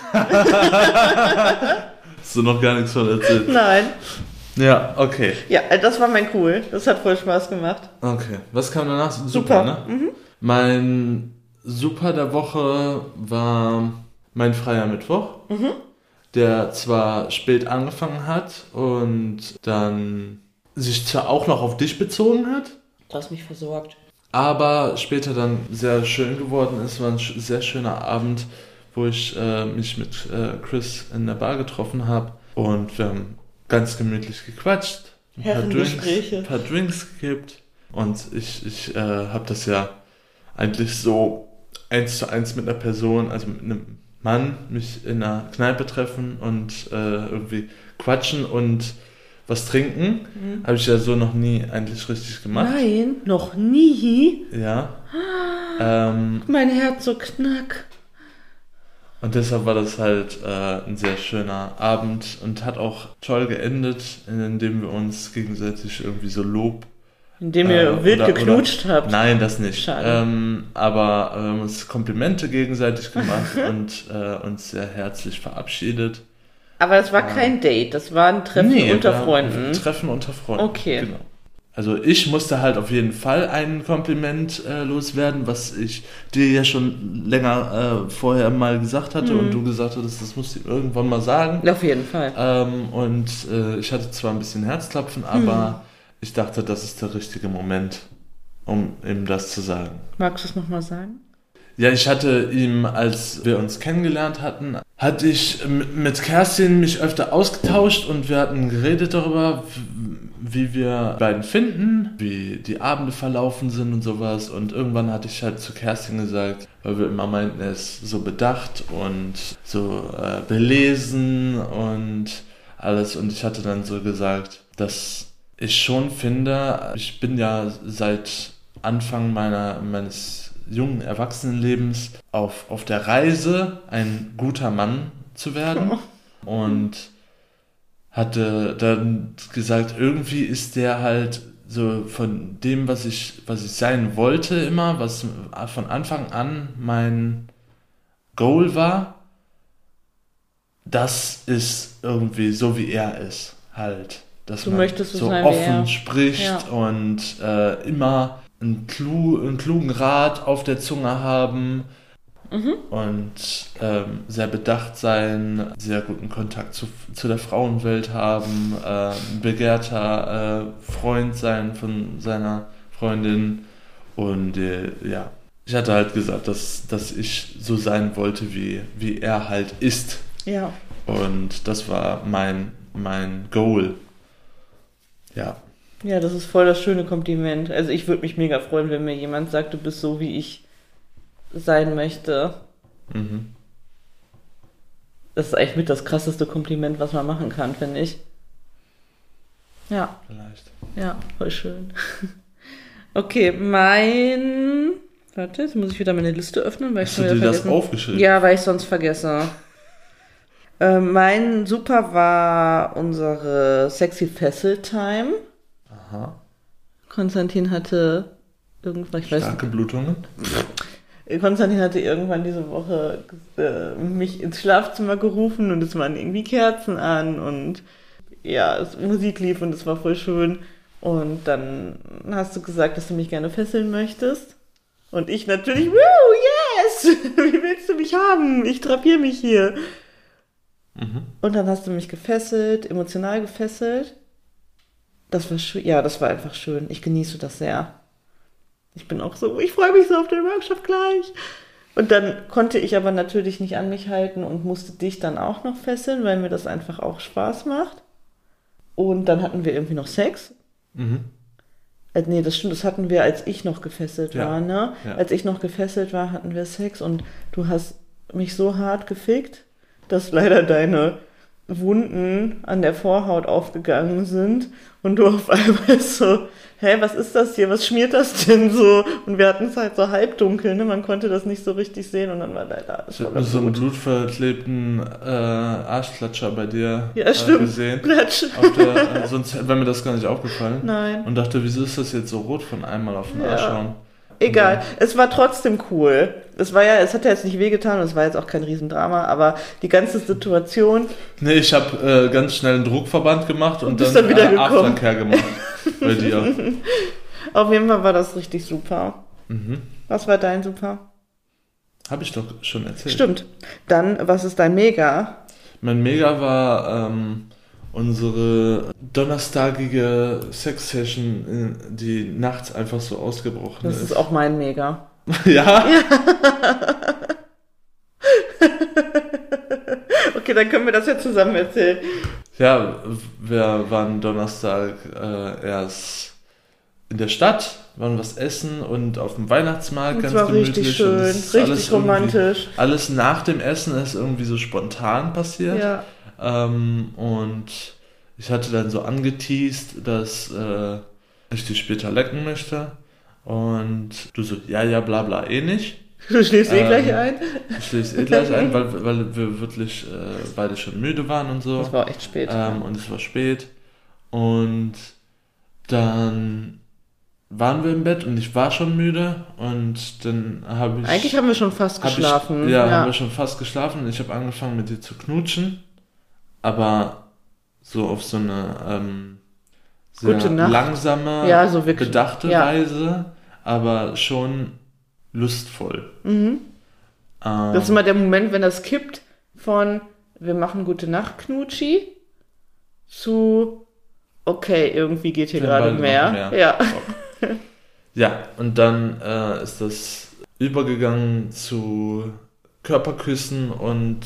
Hast du noch gar nichts von erzählt? Nein. Ja, okay. Ja, das war mein Cool. Das hat voll Spaß gemacht. Okay. Was kam danach? Super, ne? Mein Super der Woche war mein freier Mittwoch, der zwar spät angefangen hat und dann sich zwar auch noch auf dich bezogen hat. Du hast mich versorgt. Aber später dann sehr schön geworden ist. War ein sehr schöner Abend, wo ich mich mit Chris in der Bar getroffen habe und wir haben ganz gemütlich gequatscht, ein paar Drinks gekippt und ich habe das ja eigentlich so 1:1 mit einer Person, also mit einem Mann, mich in einer Kneipe treffen und irgendwie quatschen und was trinken. Habe ich ja so noch nie eigentlich richtig gemacht. Nein, noch nie? Ja. Mein Herz so knack. Und deshalb war das halt ein sehr schöner Abend und hat auch toll geendet, indem wir uns gegenseitig irgendwie so Lob... Indem ihr wild geknutscht habt. Nein, das nicht. Schade. Aber wir haben uns Komplimente gegenseitig gemacht und uns sehr herzlich verabschiedet. Aber das war kein Date, das war ein Treffen unter Freunden. Ein Treffen unter Freunden. Okay. Genau. Also ich musste halt auf jeden Fall ein Kompliment loswerden, was ich dir ja schon länger vorher mal gesagt hatte und du gesagt hattest, das musst du irgendwann mal sagen. Auf jeden Fall. Und ich hatte zwar ein bisschen Herzklopfen, aber ich dachte, das ist der richtige Moment, um ihm das zu sagen. Magst du es nochmal sagen? Ja, ich hatte ihm, als wir uns kennengelernt hatten, hatte ich mit Kerstin mich öfter ausgetauscht und wir hatten geredet darüber, wie wir beiden finden, wie die Abende verlaufen sind und sowas. Und irgendwann hatte ich halt zu Kerstin gesagt, weil wir immer meinten, er ist so bedacht und so belesen und alles. Und ich hatte dann so gesagt, dass ich schon finde, ich bin ja seit Anfang meines jungen Erwachsenenlebens auf der Reise, ein guter Mann zu werden. Und hatte dann gesagt, irgendwie ist der halt so von dem, was ich sein wollte immer, was von Anfang an mein Goal war, das ist irgendwie so, wie er ist, halt. Dass du man möchtest so sein, offen spricht und immer einen klugen Rat auf der Zunge haben. und sehr bedacht sein, sehr guten Kontakt zu der Frauenwelt haben, begehrter Freund sein von seiner Freundin und ja, ich hatte halt gesagt, dass ich so sein wollte, wie er halt ist. Ja. Und das war mein Goal. Ja. Ja, das ist voll das schöne Kompliment. Also ich würde mich mega freuen, wenn mir jemand sagt, du bist so, wie ich sein möchte. Mhm. Das ist eigentlich mit das krasseste Kompliment, was man machen kann, finde ich. Ja. Vielleicht. Ja, voll schön. Okay, Warte, jetzt muss ich wieder meine Liste öffnen, weil ich Hast schon du wieder dir das vergessen. aufgeschrieben? Ja, weil ich sonst vergesse. Mein Super war unsere Sexy Fessel Time. Aha. Konstantin hatte irgendwann, Starke Blutungen? Konstantin hatte irgendwann diese Woche mich ins Schlafzimmer gerufen und es waren irgendwie Kerzen an und ja, Musik lief und es war voll schön. Und dann hast du gesagt, dass du mich gerne fesseln möchtest. Und ich natürlich, woo, yes! Wie willst du mich haben? Ich drapiere mich hier. Mhm. Und dann hast du mich gefesselt, emotional gefesselt. Das war schön. Ja, das war einfach schön. Ich genieße das sehr. Ich bin auch so, ich freue mich so auf den Workshop gleich. Und dann konnte ich aber natürlich nicht an mich halten und musste dich dann auch noch fesseln, weil mir das einfach auch Spaß macht. Und dann hatten wir irgendwie noch Sex. Mhm. Nee, das stimmt, das hatten wir, als ich noch gefesselt war, ne? Ja. Als ich noch gefesselt war, hatten wir Sex und du hast mich so hart gefickt, dass leider deine Wunden an der Vorhaut aufgegangen sind und du auf einmal so, hä, was ist das hier, was schmiert das denn so? Und wir hatten es halt so halbdunkel, ne? Man konnte das nicht so richtig sehen und dann war leider alles Ich habe so einen blutverklebten Arschklatscher bei dir ja, stimmt. gesehen. Platsch. Sonst wäre mir das gar nicht aufgefallen. Nein. Und dachte, wieso ist das jetzt so rot von einmal auf den Ja. Arsch schauen? Egal, es war trotzdem cool. Es hat ja jetzt nicht wehgetan und es war jetzt auch kein Riesendrama, aber die ganze Situation. Nee, ich habe ganz schnell einen Druckverband gemacht und bist dann dann wieder gekommen. Aftercare gemacht bei dir. Auf jeden Fall war das richtig super. Mhm. Was war dein Super? Habe ich doch schon erzählt. Stimmt. Dann, was ist dein Mega? Mein Mega war unsere donnerstagige Sex-Session, die nachts einfach so ausgebrochen Das ist auch mein Mega. Ja? Okay, dann können wir das ja zusammen erzählen. Ja, wir waren Donnerstag erst in der Stadt, waren was essen und auf dem Weihnachtsmarkt Das ganz war gemütlich. richtig schön, und es ist richtig romantisch. Alles nach dem Essen ist irgendwie so spontan passiert. Ja. Und ich hatte dann so angeteast, dass ich dich später lecken möchte. Und du so, ja, bla bla, eh nicht. Du schläfst gleich ein? Ich schläfst gleich ein, weil wir wirklich beide schon müde waren und so. Das war echt spät. Und es war spät. Und dann waren wir im Bett und ich war schon müde. Und dann habe ich... Eigentlich haben wir schon fast geschlafen. Haben wir schon fast geschlafen. Und ich habe angefangen mit dir zu knutschen. Aber so auf so eine sehr langsame, so wirklich, bedachte Weise, aber schon lustvoll. Mhm. Das ist immer der Moment, wenn das kippt von wir machen gute Nacht Knutschi zu okay, irgendwie geht hier gerade mehr. Ja. Ja, und dann ist das übergegangen zu Körperküssen und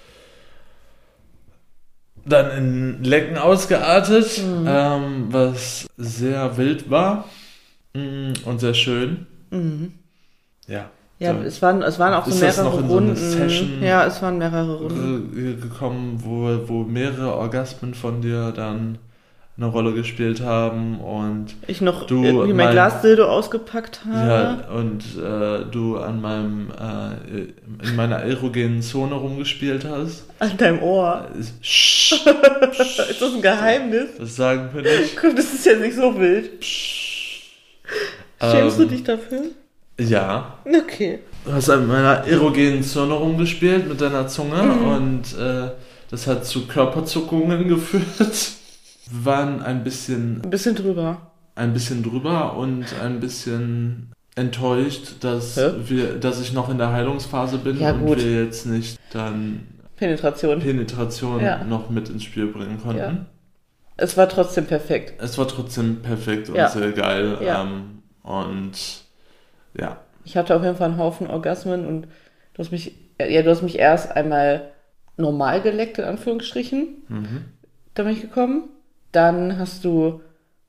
dann in Lecken ausgeartet, was sehr wild war und sehr schön. Mhm. Ja. Ja, es waren auch so mehrere noch in Runden. So eine Session ja, es waren mehrere Runden gekommen, wo mehrere Orgasmen von dir dann eine Rolle gespielt haben und ich noch irgendwie mein Glasdildo ausgepackt habe. Ja, und du an in meiner erogenen Zone rumgespielt hast. An deinem Ohr. Ist das ein Geheimnis? Das sagen wir nicht. Das ist ja nicht so wild. Schämst du dich dafür? Ja. Okay. Du hast an meiner erogenen Zone rumgespielt mit deiner Zunge und das hat zu Körperzuckungen geführt. Wir waren ein bisschen drüber. Ein bisschen drüber und ein bisschen enttäuscht, dass ich noch in der Heilungsphase bin und wir jetzt nicht dann Penetration noch mit ins Spiel bringen konnten. Ja. Es war trotzdem perfekt. Und sehr geil. Ja. Und ja. Ich hatte auf jeden Fall einen Haufen Orgasmen und du hast mich erst einmal normal geleckt, in Anführungsstrichen. Da bin ich gekommen. Dann hast du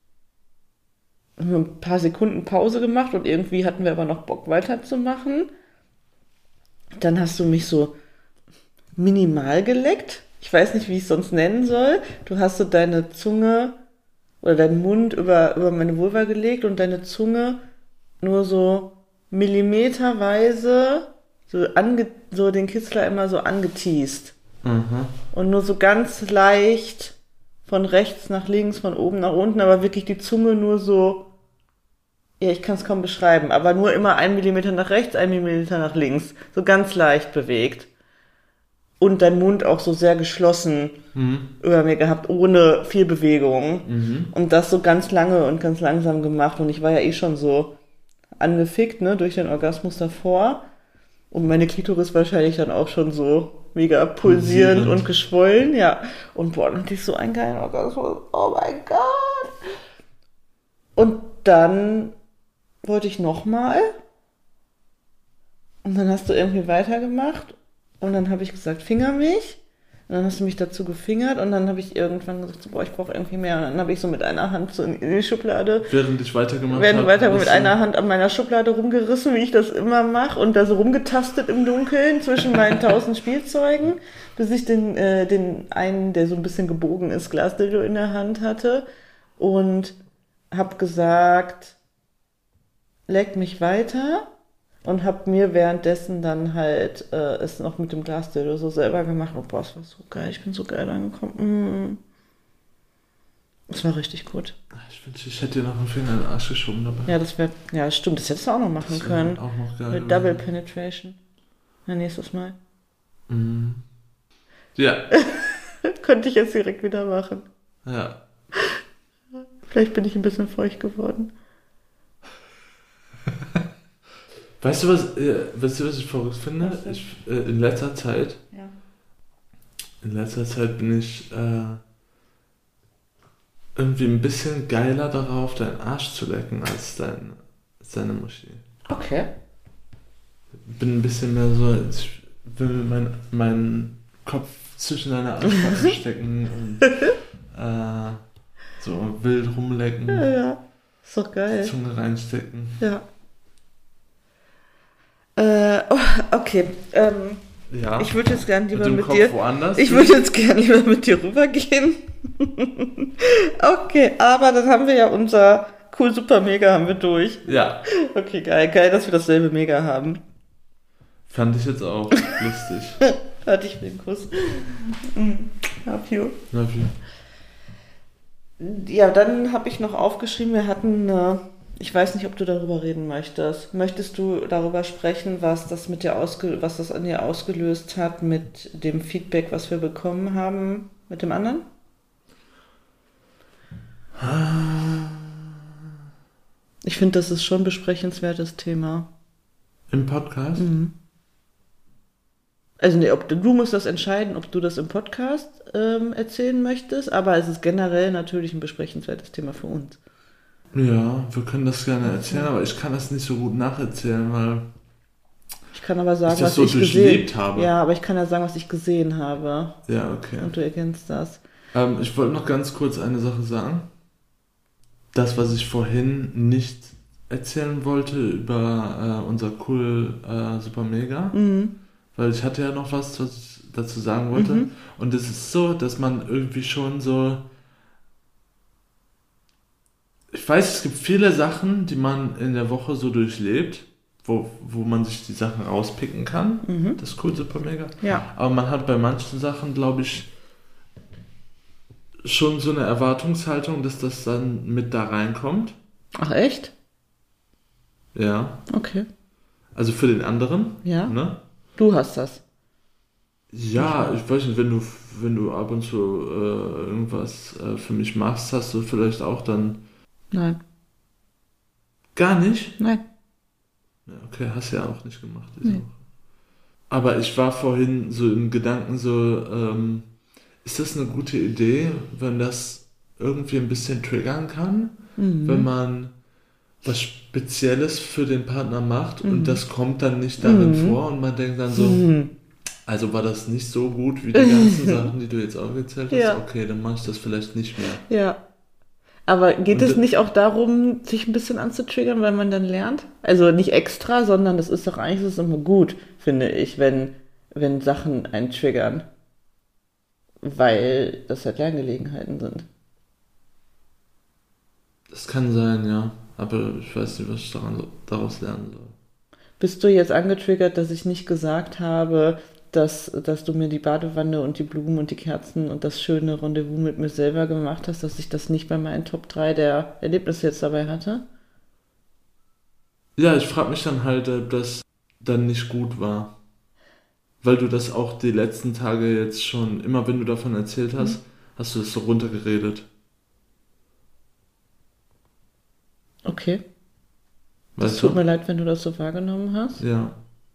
ein paar Sekunden Pause gemacht und irgendwie hatten wir aber noch Bock weiterzumachen. Dann hast du mich so minimal geleckt. Ich weiß nicht, wie ich es sonst nennen soll. Du hast so deine Zunge oder deinen Mund über meine Vulva gelegt und deine Zunge nur so millimeterweise so den Kitzler immer so angeteast. Und nur so ganz leicht von rechts nach links, von oben nach unten, aber wirklich die Zunge nur so, ja, ich kann es kaum beschreiben, aber nur immer 1 Millimeter nach rechts, 1 Millimeter nach links, so ganz leicht bewegt. Und dein Mund auch so sehr geschlossen über mir gehabt, ohne viel Bewegung. Und das so ganz lange und ganz langsam gemacht. Und ich war ja eh schon so angefickt, ne, durch den Orgasmus davor. Und meine Klitoris wahrscheinlich dann auch schon so mega pulsierend und geschwollen, ja. Und boah, dann hatte ich so einen geilen Orgasmus. Oh mein Gott. Und dann wollte ich nochmal. Und dann hast du irgendwie weitergemacht. Und dann habe ich gesagt, finger mich. Und dann hast du mich dazu gefingert. Und dann habe ich irgendwann gesagt, so, boah, ich brauche irgendwie mehr. Und dann habe ich so mit einer Hand so in die Schublade. Während ich weitergemacht habe. Mit einer Hand an meiner Schublade rumgerissen, wie ich das immer mache. Und da so rumgetastet im Dunkeln zwischen meinen 1000 Spielzeugen. Bis ich den einen, der so ein bisschen gebogen ist, Glasdildo in der Hand hatte. Und habe gesagt, leck mich weiter. Und habe mir währenddessen dann halt es noch mit dem Glasdildo so selber gemacht. Und boah, es war so geil. Ich bin so geil angekommen. Es war richtig gut. Ich wünschte, ich hätte dir noch einen Finger in den Arsch geschoben dabei. Ja, ja, stimmt. Das hättest du auch noch machen können. Auch noch geil. Mit Double Penetration. Ja, nächstes Mal. Ja. Könnte ich jetzt direkt wieder machen. Ja. Vielleicht bin ich ein bisschen feucht geworden. Weißt du, was ich verrückt finde? In letzter Zeit bin ich irgendwie ein bisschen geiler darauf, deinen Arsch zu lecken, als deine Muschi. Okay. Bin ein bisschen mehr so, ich will meinen Kopf zwischen deine Arschbacken stecken und so wild rumlecken. Ja. Ist doch geil. Zunge reinstecken. Ja. Okay. Ja. Ich würde jetzt gerne lieber mit dir. Ich würde jetzt gerne lieber mit dir rübergehen. Okay, aber dann haben wir ja unser cool super mega haben wir durch. Ja. Okay, geil, dass wir dasselbe mega haben. Fand ich jetzt auch lustig. Hatte ich den Kuss. Love you. Love you. Ja, dann habe ich noch aufgeschrieben, wir hatten ich weiß nicht, ob du darüber reden möchtest. Möchtest du darüber sprechen, was das an dir ausgelöst hat mit dem Feedback, was wir bekommen haben mit dem anderen? Ich finde, das ist schon ein besprechenswertes Thema. Im Podcast? Also nee, du musst das entscheiden, ob du das im Podcast erzählen möchtest, aber es ist generell natürlich ein besprechenswertes Thema für uns. Ja, wir können das gerne erzählen, aber ich kann das nicht so gut nacherzählen, weil ich kann aber sagen, was ich durchlebt habe. Ja, aber ich kann ja sagen, was ich gesehen habe. Ja, okay. Und du ergänzt das. Ich wollte noch ganz kurz eine Sache sagen. Das, was ich vorhin nicht erzählen wollte über unser cool Super Mega, weil ich hatte ja noch was ich dazu sagen wollte. Und es ist so, dass man irgendwie schon so, ich weiß, es gibt viele Sachen, die man in der Woche so durchlebt, wo man sich die Sachen rauspicken kann. Das ist cool, super mega. Ja. Aber man hat bei manchen Sachen, glaube ich, schon so eine Erwartungshaltung, dass das dann mit da reinkommt. Ach, echt? Ja. Okay. Also für den anderen. Ja. Ne? Du hast das. Ja, ich weiß nicht, wenn du ab und zu irgendwas für mich machst, hast du vielleicht auch dann... Nein. Gar nicht? Nein. Ja, okay, hast ja auch nicht gemacht diese Woche. Aber ich war vorhin so im Gedanken so, ist das eine gute Idee, wenn das irgendwie ein bisschen triggern kann, wenn man was Spezielles für den Partner macht und das kommt dann nicht darin vor und man denkt dann so, also war das nicht so gut wie die ganzen Sachen, die du jetzt aufgezählt hast, okay, dann mache ich das vielleicht nicht mehr. Ja. Aber geht es nicht auch darum, sich ein bisschen anzutriggern, weil man dann lernt? Also nicht extra, sondern das ist doch eigentlich das ist immer gut, finde ich, wenn Sachen einen triggern. Weil das halt Lerngelegenheiten sind. Das kann sein, ja. Aber ich weiß nicht, was ich daraus lernen soll. Bist du jetzt angetriggert, dass ich nicht gesagt habe, dass du mir die Badewanne und die Blumen und die Kerzen und das schöne Rendezvous mit mir selber gemacht hast, dass ich das nicht bei meinen Top 3 der Erlebnisse jetzt dabei hatte? Ja, ich frage mich dann halt, ob das dann nicht gut war. Weil du das auch die letzten Tage jetzt schon, immer wenn du davon erzählt hast, hast du es so runtergeredet. Okay. Weißt Es tut du? mir leid, wenn du das so wahrgenommen hast. Ja,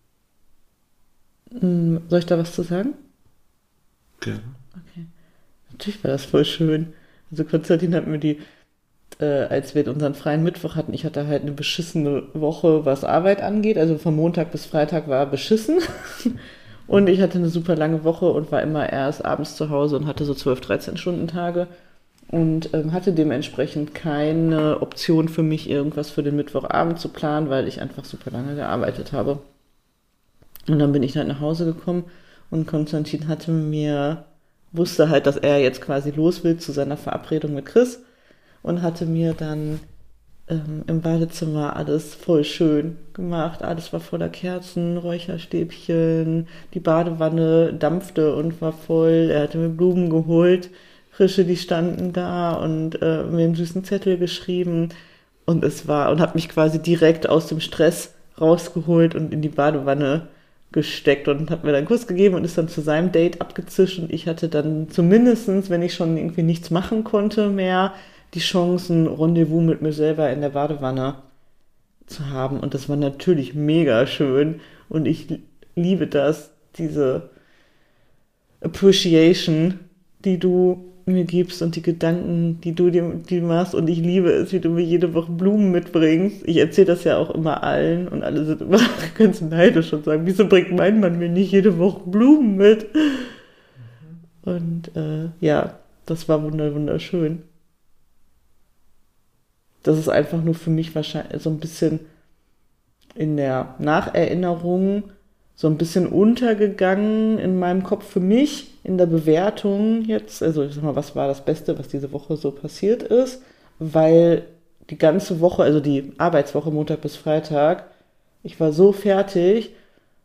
Soll ich da was zu sagen? gerne. Okay. Natürlich war das voll schön. Also Konstantin hat mir als wir unseren freien Mittwoch hatten, ich hatte halt eine beschissene Woche, was Arbeit angeht. Also von Montag bis Freitag war beschissen. Und ich hatte eine super lange Woche und war immer erst abends zu Hause und hatte so 12, 13 Stunden Tage. Und hatte dementsprechend keine Option für mich, irgendwas für den Mittwochabend zu planen, weil ich einfach super lange gearbeitet habe. Und dann bin ich halt nach Hause gekommen und Konstantin wusste halt, dass er jetzt quasi los will zu seiner Verabredung mit Chris und hatte mir dann im Badezimmer alles voll schön gemacht. Alles war voller Kerzen, Räucherstäbchen, die Badewanne dampfte und war voll. Er hatte mir Blumen geholt, frische, die standen da und mir einen süßen Zettel geschrieben und hat mich quasi direkt aus dem Stress rausgeholt und in die Badewanne gesteckt und hat mir dann einen Kuss gegeben und ist dann zu seinem Date abgezischt und ich hatte dann zumindestens, wenn ich schon irgendwie nichts machen konnte mehr, die Chance, ein Rendezvous mit mir selber in der Badewanne zu haben und das war natürlich mega schön und ich liebe das, diese Appreciation, die du mir gibst und die Gedanken, die du die machst und ich liebe es, wie du mir jede Woche Blumen mitbringst. Ich erzähle das ja auch immer allen und alle sind immer ganz neidisch und sagen, wieso bringt mein Mann mir nicht jede Woche Blumen mit? Und ja, das war wunderschön. Das ist einfach nur für mich wahrscheinlich so ein bisschen in der Nacherinnerung so ein bisschen untergegangen in meinem Kopf für mich, in der Bewertung jetzt. Also ich sag mal, was war das Beste, was diese Woche so passiert ist? Weil die ganze Woche, also die Arbeitswoche Montag bis Freitag, ich war so fertig,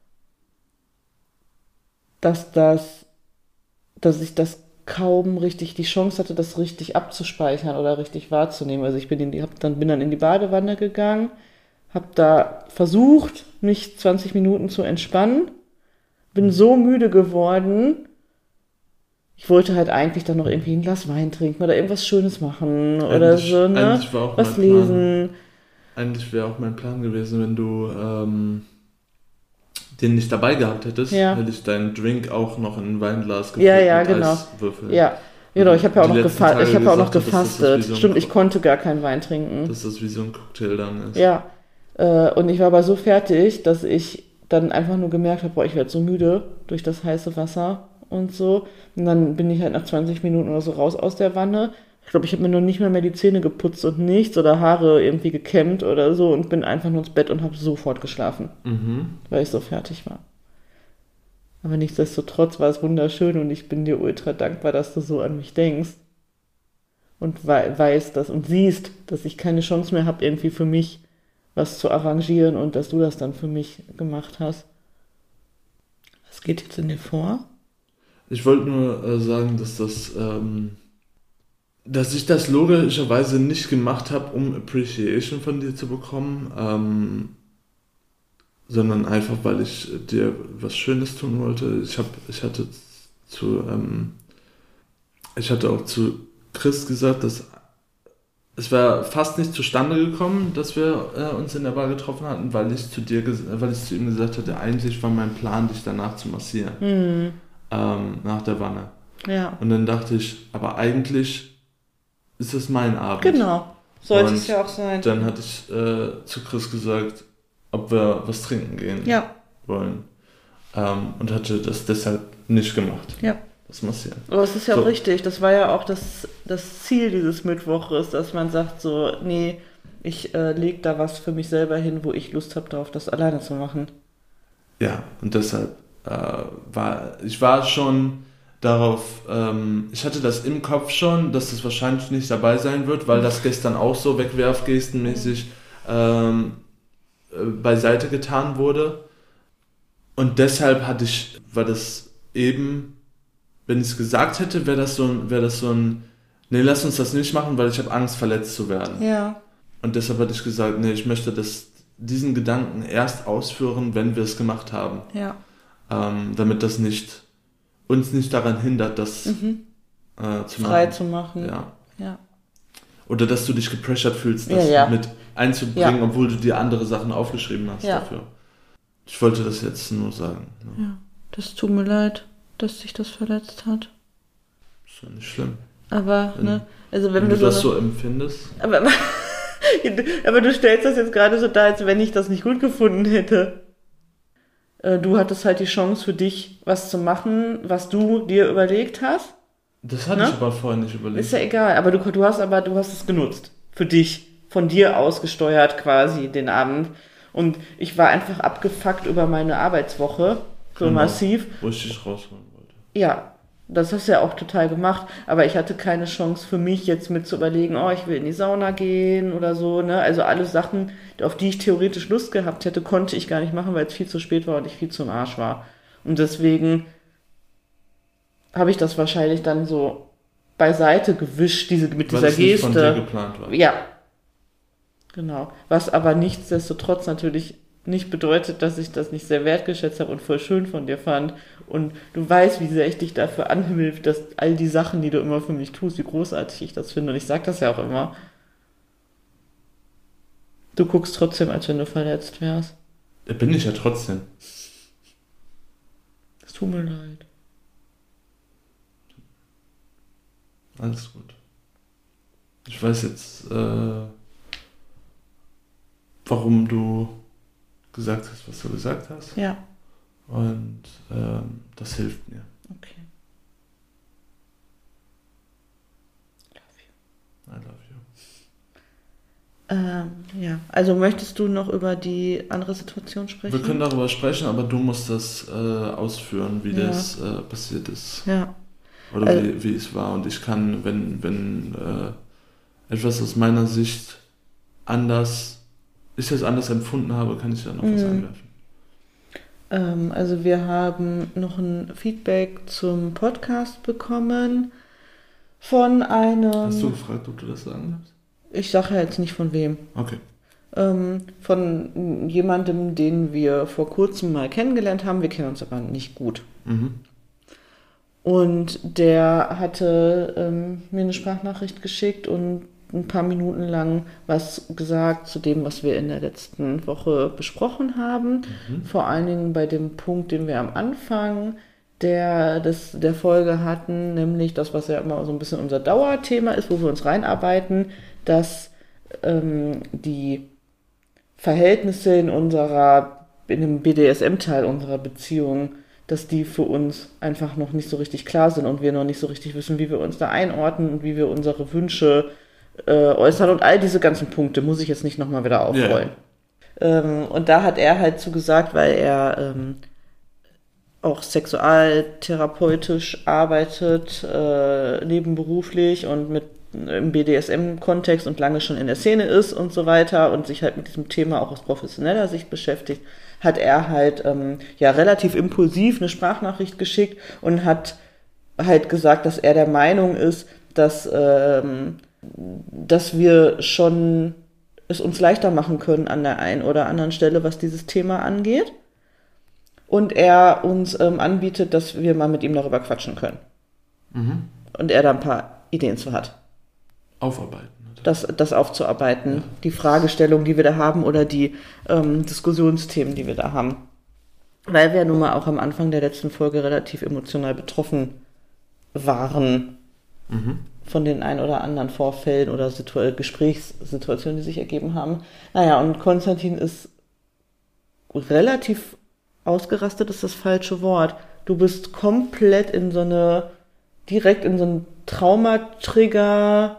dass ich das kaum richtig die Chance hatte, das richtig abzuspeichern oder richtig wahrzunehmen. Also ich bin dann in die Badewanne gegangen, habe da versucht, mich 20 Minuten zu entspannen, bin so müde geworden. Ich wollte halt eigentlich dann noch irgendwie ein Glas Wein trinken oder irgendwas Schönes machen oder so, ne? Eigentlich war auch was mein Plan. lesen. Eigentlich wäre auch mein Plan gewesen, wenn du den nicht dabei gehabt hättest, hätte ich deinen Drink auch noch in ein Weinglas gefüllt Ja, mit genau. Eiswürfeln. Ja, genau, ich habe ja auch noch gesagt, gefastet. Stimmt, ich konnte gar keinen Wein trinken. Dass das wie so ein Cocktail dann ist. Ja, und ich war aber so fertig, dass ich dann einfach nur gemerkt habe, boah, ich werde so müde durch das heiße Wasser und so. Und dann bin ich halt nach 20 Minuten oder so raus aus der Wanne. Ich glaube, ich habe mir noch nicht mehr die Zähne geputzt und nichts oder Haare irgendwie gekämmt oder so und bin einfach nur ins Bett und habe sofort geschlafen, weil ich so fertig war. Aber nichtsdestotrotz war es wunderschön und ich bin dir ultra dankbar, dass du so an mich denkst und weißt das und siehst, dass ich keine Chance mehr habe, irgendwie für mich was zu arrangieren und dass du das dann für mich gemacht hast. Was geht jetzt in dir vor? Ich wollte nur sagen, dass ich das logischerweise nicht gemacht habe, um Appreciation von dir zu bekommen, sondern einfach, weil ich dir was Schönes tun wollte. Ich hatte auch zu Chris gesagt, dass es war fast nicht zustande gekommen, dass wir uns in der Bar getroffen hatten, weil ich zu ihm gesagt hatte, eigentlich war mein Plan, dich danach zu massieren. Nach der Wanne. Ja. Und dann dachte ich, aber eigentlich ist es mein Abend. Genau. Sollte es ja auch sein. Dann hatte ich zu Chris gesagt, ob wir was trinken gehen wollen. Und hatte das deshalb nicht gemacht. Ja. Das Massieren. Aber es ist ja auch richtig. Das war ja auch das Ziel dieses Mittwoches, dass man sagt so, nee, ich lege da was für mich selber hin, wo ich Lust habe darauf, das alleine zu machen. Ja, und deshalb war schon darauf, ich hatte das im Kopf schon, dass das wahrscheinlich nicht dabei sein wird, weil das gestern auch so wegwerfgestenmäßig beiseite getan wurde. Und deshalb war das eben, wenn ich es gesagt hätte, wäre das so ein, nee, lass uns das nicht machen, weil ich habe Angst, verletzt zu werden. Ja. Und deshalb hatte ich gesagt, nee, ich möchte diesen Gedanken erst ausführen, wenn wir es gemacht haben. Ja. Damit das uns nicht daran hindert, das zu machen. Frei zu machen. Ja. Oder dass du dich gepressured fühlst, das mit einzubringen, obwohl du dir andere Sachen aufgeschrieben hast dafür. Ich wollte das jetzt nur sagen. Ne? Ja, das tut mir leid, dass sich das verletzt hat. Ist ja nicht schlimm. Aber, wenn du das so empfindest. Aber du stellst das jetzt gerade so dar, als wenn ich das nicht gut gefunden hätte. Du hattest halt die Chance für dich, was zu machen, was du dir überlegt hast. Das hatte ich aber vorher nicht überlegt. Ist ja egal, aber du hast es genutzt. Für dich. Von dir aus gesteuert quasi den Abend. Und ich war einfach abgefuckt über meine Arbeitswoche. So massiv. Wo ich dich rausholen wollte. Ja, das hast du ja auch total gemacht. Aber ich hatte keine Chance für mich jetzt mit zu überlegen, ich will in die Sauna gehen oder so. Ne? Also alle Sachen, auf die ich theoretisch Lust gehabt hätte, konnte ich gar nicht machen, weil es viel zu spät war und ich viel zu im Arsch war. Und deswegen habe ich das wahrscheinlich dann so beiseite gewischt, mit dieser Geste. Nicht von dir geplant war. Ja. Genau. Was aber nichtsdestotrotz natürlich nicht bedeutet, dass ich das nicht sehr wertgeschätzt habe und voll schön von dir fand. Und du weißt, wie sehr ich dich dafür anhilfe, dass all die Sachen, die du immer für mich tust, wie großartig ich das finde. Und ich sag das ja auch immer. Du guckst trotzdem, als wenn du verletzt wärst. Bin ich ja trotzdem. Es tut mir leid. Alles gut. Ich weiß jetzt, warum du gesagt hast, was du gesagt hast. Ja. Und das hilft mir. Okay. I love you. Ja, also möchtest du noch über die andere Situation sprechen? Wir können darüber sprechen, aber du musst das ausführen, wie das passiert ist. Ja. Oder wie es war. Und ich kann, wenn etwas aus meiner Sicht ich das anders empfunden habe, kann ich da noch was einwerfen. Also wir haben noch ein Feedback zum Podcast bekommen von einem... Hast du gefragt, ob du das sagen darfst? Ich sage ja jetzt nicht von wem. Okay. Von jemandem, den wir vor kurzem mal kennengelernt haben. Wir kennen uns aber nicht gut. Mhm. Und der hatte mir eine Sprachnachricht geschickt und ein paar Minuten lang was gesagt zu dem, was wir in der letzten Woche besprochen haben. Mhm. Vor allen Dingen bei dem Punkt, den wir am Anfang der Folge hatten, nämlich das, was ja immer so ein bisschen unser Dauerthema ist, wo wir uns reinarbeiten, dass die Verhältnisse in dem BDSM-Teil unserer Beziehung, dass die für uns einfach noch nicht so richtig klar sind und wir noch nicht so richtig wissen, wie wir uns da einordnen und wie wir unsere Wünsche äußern und all diese ganzen Punkte muss ich jetzt nicht nochmal wieder aufrollen. Yeah. Und da hat er halt zugesagt, weil er auch sexualtherapeutisch arbeitet, nebenberuflich und im BDSM-Kontext und lange schon in der Szene ist und so weiter und sich halt mit diesem Thema auch aus professioneller Sicht beschäftigt, hat er halt relativ impulsiv eine Sprachnachricht geschickt und hat halt gesagt, dass er der Meinung ist, dass wir schon es uns leichter machen können an der einen oder anderen Stelle, was dieses Thema angeht. Und er uns anbietet, dass wir mal mit ihm darüber quatschen können. Mhm. Und er da ein paar Ideen zu hat. Aufarbeiten. das aufzuarbeiten. Die Fragestellungen, die wir da haben oder die Diskussionsthemen, die wir da haben. Weil wir nun mal auch am Anfang der letzten Folge relativ emotional betroffen waren von den ein oder anderen Vorfällen oder Gesprächssituationen, die sich ergeben haben. Naja, und Konstantin ist relativ ausgerastet, ist das falsche Wort. Du bist komplett direkt in so einen Traumatrigger,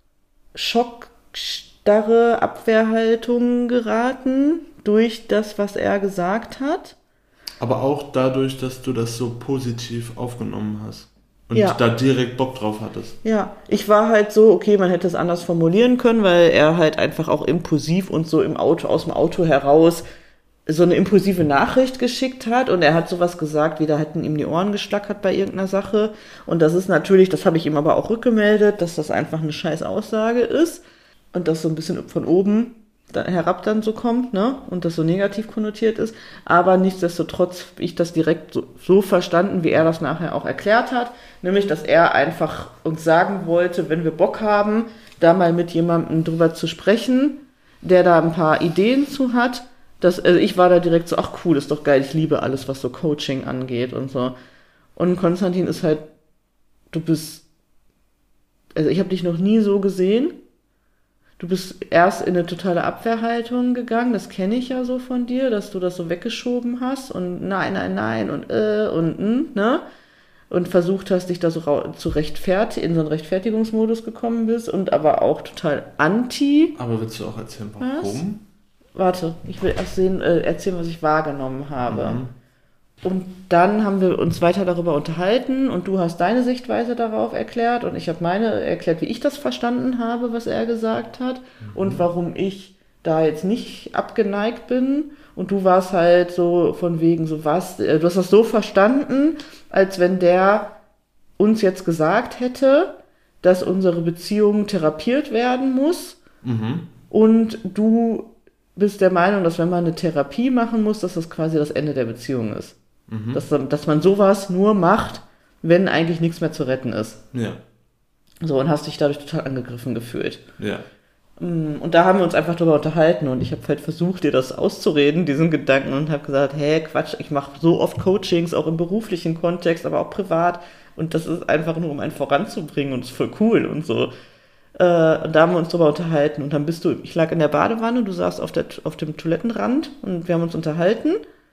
Schockstarre, Abwehrhaltung geraten durch das, was er gesagt hat. Aber auch dadurch, dass du das so positiv aufgenommen hast und Ja. da direkt Bock drauf hattest. Ja, ich war halt so, okay, man hätte es anders formulieren können, weil er halt einfach auch impulsiv und so aus dem Auto heraus so eine impulsive Nachricht geschickt hat und er hat sowas gesagt, wie da hätten ihm die Ohren geschlackert bei irgendeiner Sache und das ist natürlich, das habe ich ihm aber auch rückgemeldet, dass das einfach eine scheiß Aussage ist und das so ein bisschen von oben herab dann so kommt, ne, und das so negativ konnotiert ist, aber nichtsdestotrotz ich das direkt so verstanden, wie er das nachher auch erklärt hat, nämlich, dass er einfach uns sagen wollte, wenn wir Bock haben, da mal mit jemandem drüber zu sprechen, der da ein paar Ideen zu hat, also ich war da direkt so, ach cool, ist doch geil, ich liebe alles, was so Coaching angeht und so. Und Konstantin ist halt, also ich habe dich noch nie so gesehen. Du bist erst in eine totale Abwehrhaltung gegangen, das kenne ich ja so von dir, dass du das so weggeschoben hast und nein und ne? Und versucht hast, dich da so zu rechtfertigen, in so einen Rechtfertigungsmodus gekommen bist und aber auch total anti. Aber willst du auch erzählen, warum? Warte, ich will erst erzählen, was ich wahrgenommen habe. Und dann haben wir uns weiter darüber unterhalten und du hast deine Sichtweise darauf erklärt und ich habe meine erklärt, wie ich das verstanden habe, was er gesagt hat und warum ich da jetzt nicht abgeneigt bin. Und du warst halt so von wegen du hast das so verstanden, als wenn der uns jetzt gesagt hätte, dass unsere Beziehung therapiert werden muss und du bist der Meinung, dass wenn man eine Therapie machen muss, dass das quasi das Ende der Beziehung ist. Dass man sowas nur macht, wenn eigentlich nichts mehr zu retten ist. Ja. So, und hast dich dadurch total angegriffen gefühlt. Ja. Und da haben wir uns einfach drüber unterhalten und ich habe halt versucht, dir das auszureden, diesen Gedanken, und habe gesagt, hey, Quatsch, ich mache so oft Coachings, auch im beruflichen Kontext, aber auch privat und das ist einfach nur, um einen voranzubringen und ist voll cool und so. Und da haben wir uns drüber unterhalten und dann ich lag in der Badewanne, du saßt auf dem Toilettenrand und wir haben uns unterhalten.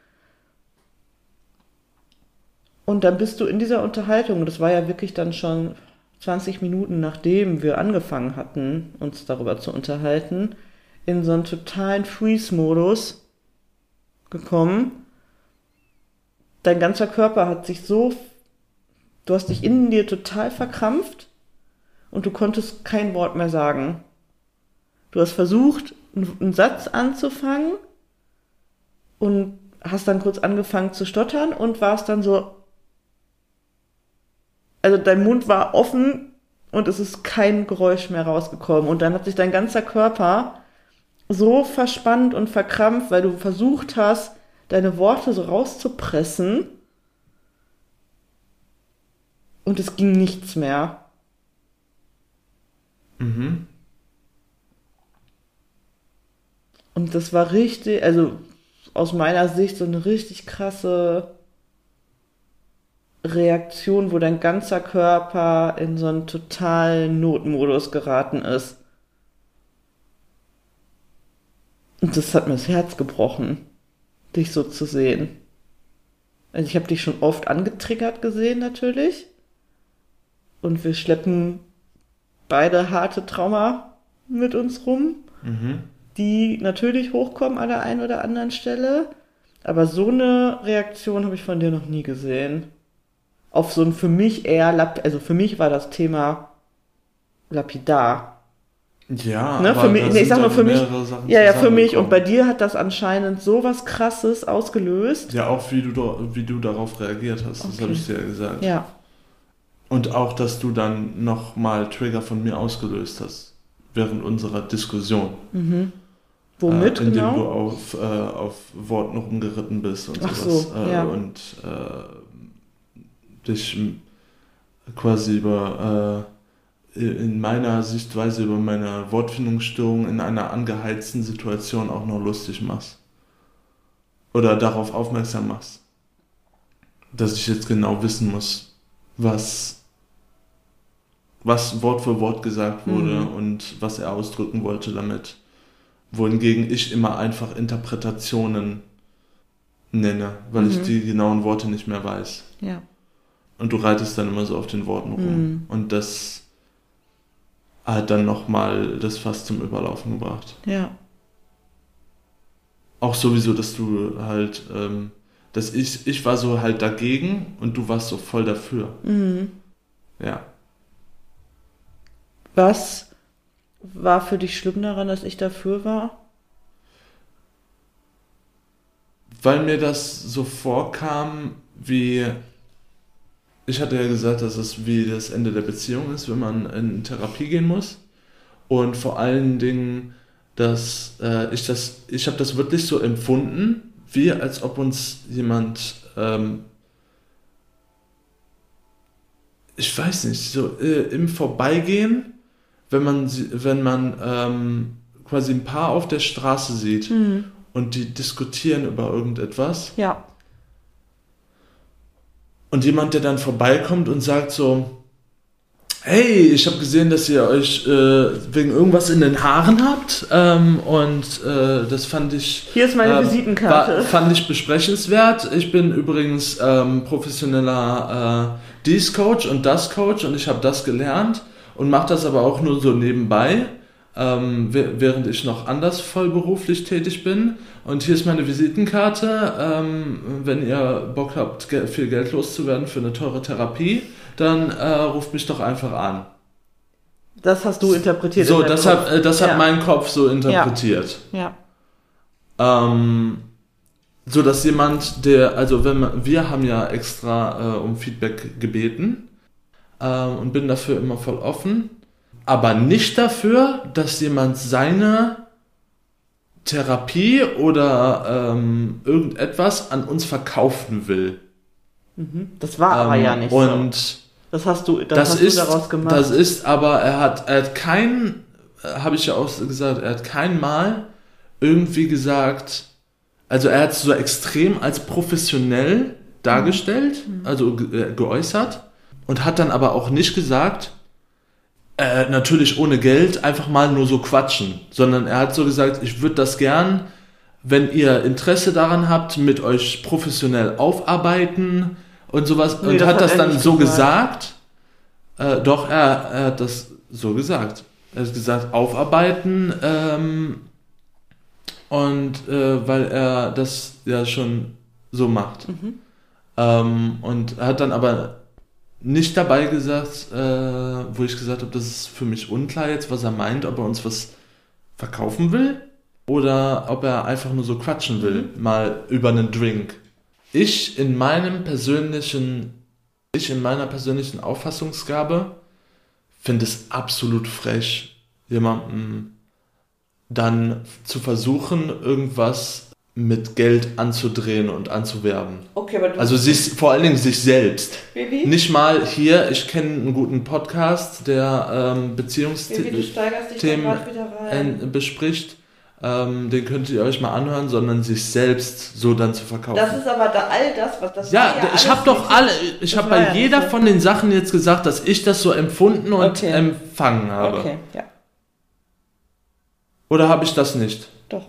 Und dann bist du in dieser Unterhaltung, und das war ja wirklich dann schon 20 Minuten nachdem wir angefangen hatten, uns darüber zu unterhalten, in so einen totalen Freeze-Modus gekommen. Dein ganzer Körper hat sich du hast dich in dir total verkrampft und du konntest kein Wort mehr sagen. Du hast versucht, einen Satz anzufangen und hast dann kurz angefangen zu stottern und warst dann so, also dein Mund war offen und es ist kein Geräusch mehr rausgekommen. Und dann hat sich dein ganzer Körper so verspannt und verkrampft, weil du versucht hast, deine Worte so rauszupressen. Und es ging nichts mehr. Und das war richtig, also aus meiner Sicht so eine richtig krasse Reaktion, wo dein ganzer Körper in so einen totalen Notmodus geraten ist. Und das hat mir das Herz gebrochen, dich so zu sehen. Also ich habe dich schon oft angetriggert gesehen natürlich. Und wir schleppen beide harte Trauma mit uns rum, die natürlich hochkommen an der einen oder anderen Stelle. Aber so eine Reaktion habe ich von dir noch nie gesehen. Auf so ein für mich also für mich war das Thema lapidar. Ja, ne, aber für mich, ich sag nur für mich. Ja, für mich. Und bei zusammengekommen. dir hat das anscheinend so was Krasses ausgelöst. Ja, auch wie du darauf reagiert hast, das Okay. habe ich dir ja gesagt. Ja. Und auch, dass du dann nochmal Trigger von mir ausgelöst hast, während unserer Diskussion. Womit indem genau? du auf Worten rumgeritten bist und Ach sowas. so, ja. Und dich quasi über in meiner Sichtweise über meine Wortfindungsstörung in einer angeheizten Situation auch noch lustig machst. Oder darauf aufmerksam machst. Dass ich jetzt genau wissen muss, was Wort für Wort gesagt wurde und was er ausdrücken wollte damit. Wohingegen ich immer einfach Interpretationen nenne, weil ich die genauen Worte nicht mehr weiß. Ja. Und du reitest dann immer so auf den Worten rum. Und das hat dann nochmal das Fass zum Überlaufen gebracht. Ja. Auch sowieso, dass du halt, dass ich war so halt dagegen und du warst so voll dafür. Ja. Was war für dich schlimm daran, dass ich dafür war? Weil mir das so vorkam, wie, ich hatte ja gesagt, dass es wie das Ende der Beziehung ist, wenn man in Therapie gehen muss. Und vor allen Dingen, dass ich habe das wirklich so empfunden, wie als ob uns jemand, ich weiß nicht, so im Vorbeigehen, wenn man quasi ein Paar auf der Straße sieht und die diskutieren über irgendetwas. Ja. Und jemand, der dann vorbeikommt und sagt so, hey, ich habe gesehen, dass ihr euch wegen irgendwas in den Haaren habt das fand ich... Hier ist meine Visitenkarte. Fand ich besprechenswert. Ich bin übrigens professioneller dies-Coach und das Coach und ich habe das gelernt und mache das aber auch nur so nebenbei, während ich noch anders vollberuflich tätig bin. Und hier ist meine Visitenkarte. Wenn ihr Bock habt, viel Geld loszuwerden für eine teure Therapie, dann ruft mich doch einfach an. Das hast du interpretiert. So, das hat mein Kopf so interpretiert. Ja. So, dass jemand, wir haben ja extra um Feedback gebeten und bin dafür immer voll offen, aber nicht dafür, dass jemand seine Therapie oder irgendetwas an uns verkaufen will. Das war aber ja nicht und so. Das hast du daraus gemacht. Das ist, aber er hat habe ich ja auch gesagt, er hat kein Mal irgendwie gesagt, also er hat es so extrem als professionell dargestellt, also geäußert und hat dann aber auch nicht gesagt, natürlich ohne Geld, einfach mal nur so quatschen, sondern er hat so gesagt, ich würde das gern, wenn ihr Interesse daran habt, mit euch professionell aufarbeiten und sowas. Nee, und hat das dann so gesagt. Doch, er hat das so gesagt. Er hat gesagt, aufarbeiten weil er das ja schon so macht. Und hat dann aber nicht dabei gesagt, wo ich gesagt habe, das ist für mich unklar jetzt, was er meint, ob er uns was verkaufen will oder ob er einfach nur so quatschen will, mal über einen Drink. Ich in meiner persönlichen Auffassungsgabe finde es absolut frech, jemandem dann zu versuchen, irgendwas mit Geld anzudrehen und anzuwerben. Okay, aber also vor allen Dingen sich selbst. Baby? Nicht mal hier, ich kenne einen guten Podcast, der Beziehungsthemen bespricht. Den könnt ihr euch mal anhören, sondern sich selbst so dann zu verkaufen. Das ist aber all das, was das ja, ich habe bei jeder von den Sachen jetzt gesagt, dass ich das so empfunden und empfangen habe. Okay, ja. Oder habe ich das nicht? Doch.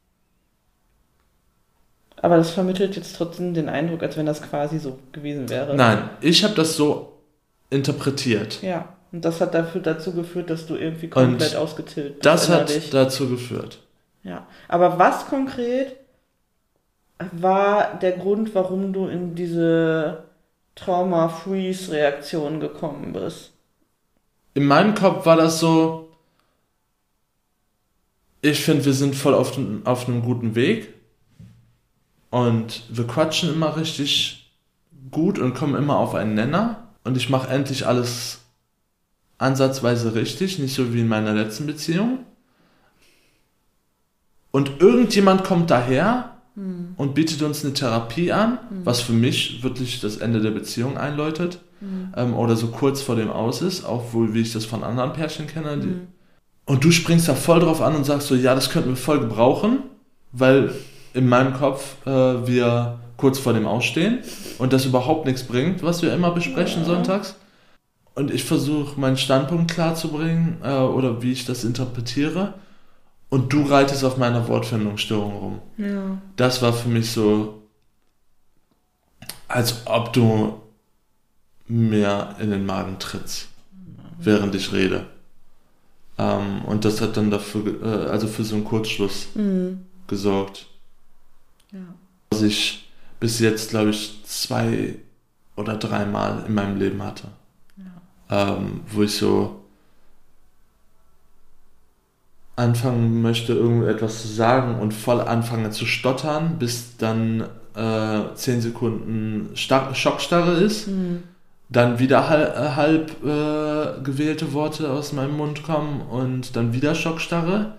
Aber das vermittelt jetzt trotzdem den Eindruck, als wenn das quasi so gewesen wäre. Nein, ich habe das so interpretiert. Ja, und das hat dazu geführt, dass du irgendwie komplett ausgetilgt bist. Das hat dazu geführt. Ja, aber was konkret war der Grund, warum du in diese Trauma-Freeze-Reaktion gekommen bist? In meinem Kopf war das so, ich finde, wir sind voll auf einem guten Weg und wir quatschen immer richtig gut und kommen immer auf einen Nenner und ich mache endlich alles ansatzweise richtig, nicht so wie in meiner letzten Beziehung. Und irgendjemand kommt daher und bietet uns eine Therapie an, was für mich wirklich das Ende der Beziehung einläutet. oder so kurz vor dem Aus ist, auch wohl wie ich das von anderen Pärchen kenne. Und du springst da voll drauf an und sagst so, ja, das könnten wir voll gebrauchen, weil in meinem Kopf wir kurz vor dem Ausstehen und das überhaupt nichts bringt, was wir immer besprechen sonntags. Und ich versuche, meinen Standpunkt klarzubringen oder wie ich das interpretiere. Und du reitest auf meiner Wortfindungsstörung rum. Ja. Das war für mich so, als ob du mir in den Magen trittst, während ich rede. Und das hat dann dafür, also für so einen Kurzschluss gesorgt. Ja. Was ich bis jetzt, glaube ich, 2 oder 3 Mal in meinem Leben hatte. Ja. Wo ich so anfangen möchte, irgendetwas zu sagen und voll anfange zu stottern, bis dann 10 Sekunden Schockstarre ist, dann wieder halb gewählte Worte aus meinem Mund kommen und dann wieder Schockstarre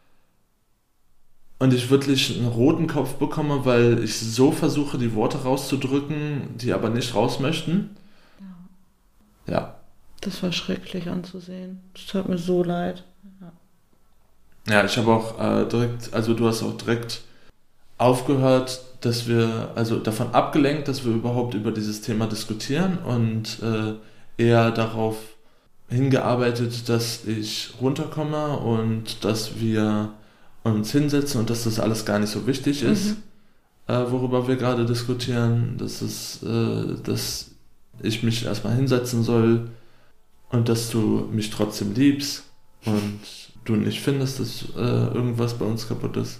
und ich wirklich einen roten Kopf bekomme, weil ich so versuche, die Worte rauszudrücken, die aber nicht raus möchten. Ja. Das war schrecklich anzusehen. Das tat mir so leid. Ja, ich habe auch direkt, also du hast auch direkt aufgehört, dass wir, also davon abgelenkt, dass wir überhaupt über dieses Thema diskutieren und eher darauf hingearbeitet, dass ich runterkomme und dass wir uns hinsetzen und dass das alles gar nicht so wichtig ist, worüber wir gerade diskutieren, dass ich mich erstmal hinsetzen soll und dass du mich trotzdem liebst und du nicht findest, dass irgendwas bei uns kaputt ist.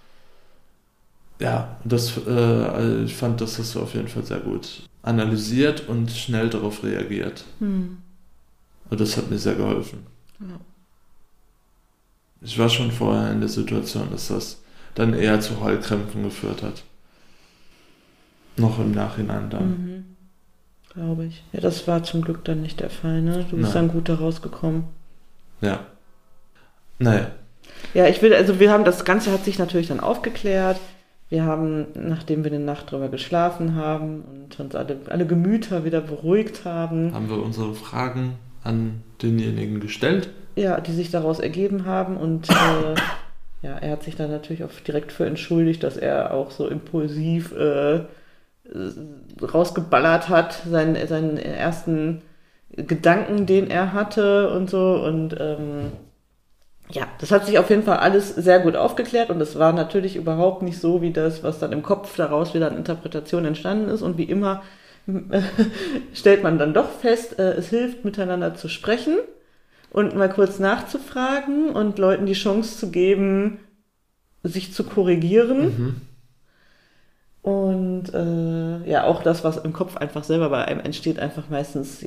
Ja, ich fand, das hast du auf jeden Fall sehr gut analysiert und schnell darauf reagiert. Und das hat mir sehr geholfen. Ja. Ich war schon vorher in der Situation, dass das dann eher zu Heulkrämpfen geführt hat. Noch im Nachhinein dann. Glaube ich. Ja, das war zum Glück dann nicht der Fall, ne? Du bist dann gut da rausgekommen. Ja. Naja. Ja, das Ganze hat sich natürlich dann aufgeklärt. Wir haben, nachdem wir eine Nacht drüber geschlafen haben und uns alle Gemüter wieder beruhigt haben. Haben wir unsere Fragen an denjenigen gestellt? Ja, die sich daraus ergeben haben und er hat sich dann natürlich auch direkt für entschuldigt, dass er auch so impulsiv rausgeballert hat, seinen ersten Gedanken, den er hatte und so und das hat sich auf jeden Fall alles sehr gut aufgeklärt und es war natürlich überhaupt nicht so wie das, was dann im Kopf daraus wieder an Interpretation entstanden ist und wie immer stellt man dann doch fest, es hilft miteinander zu sprechen und mal kurz nachzufragen und Leuten die Chance zu geben, sich zu korrigieren. Und auch das, was im Kopf einfach selber bei einem entsteht, einfach meistens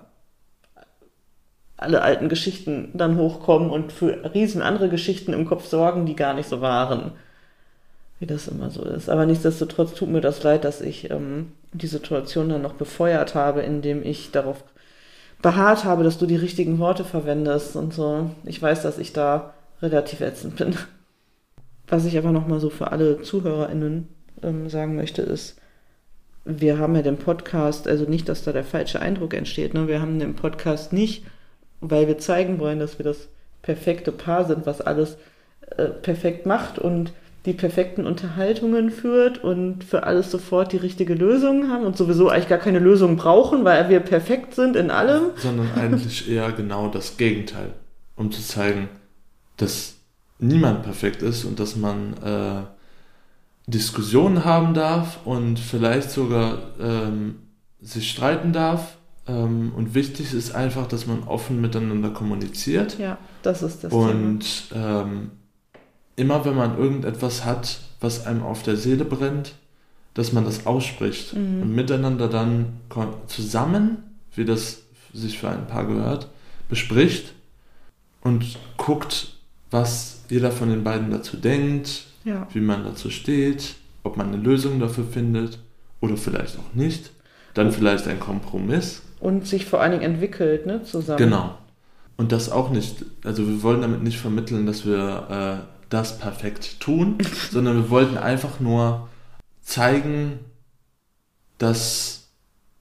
alle alten Geschichten dann hochkommen und für riesen andere Geschichten im Kopf sorgen, die gar nicht so waren. Wie das immer so ist. Aber nichtsdestotrotz tut mir das leid, dass ich die Situation dann noch befeuert habe, indem ich darauf beharrt habe, dass du die richtigen Worte verwendest und so. Ich weiß, dass ich da relativ ätzend bin. Was ich aber nochmal so für alle ZuhörerInnen sagen möchte, ist, wir haben ja den Podcast, also nicht, dass da der falsche Eindruck entsteht, ne? Wir haben den Podcast nicht, weil wir zeigen wollen, dass wir das perfekte Paar sind, was alles perfekt macht und die perfekten Unterhaltungen führt und für alles sofort die richtige Lösung haben und sowieso eigentlich gar keine Lösung brauchen, weil wir perfekt sind in allem. Sondern eigentlich eher genau das Gegenteil, um zu zeigen, dass niemand perfekt ist und dass man Diskussionen haben darf und vielleicht sogar sich streiten darf. Und wichtig ist einfach, dass man offen miteinander kommuniziert. Ja, das ist das und Thema. Immer wenn man irgendetwas hat, was einem auf der Seele brennt, dass man das ausspricht und miteinander dann zusammen, wie das sich für ein Paar gehört, bespricht und guckt, was jeder von den beiden dazu denkt, wie man dazu steht, ob man eine Lösung dafür findet oder vielleicht auch nicht. Dann vielleicht ein Kompromiss. Und sich vor allen Dingen entwickelt, ne, zusammen. Genau. Und das auch nicht, also wir wollen damit nicht vermitteln, dass wir das perfekt tun, sondern wir wollten einfach nur zeigen, dass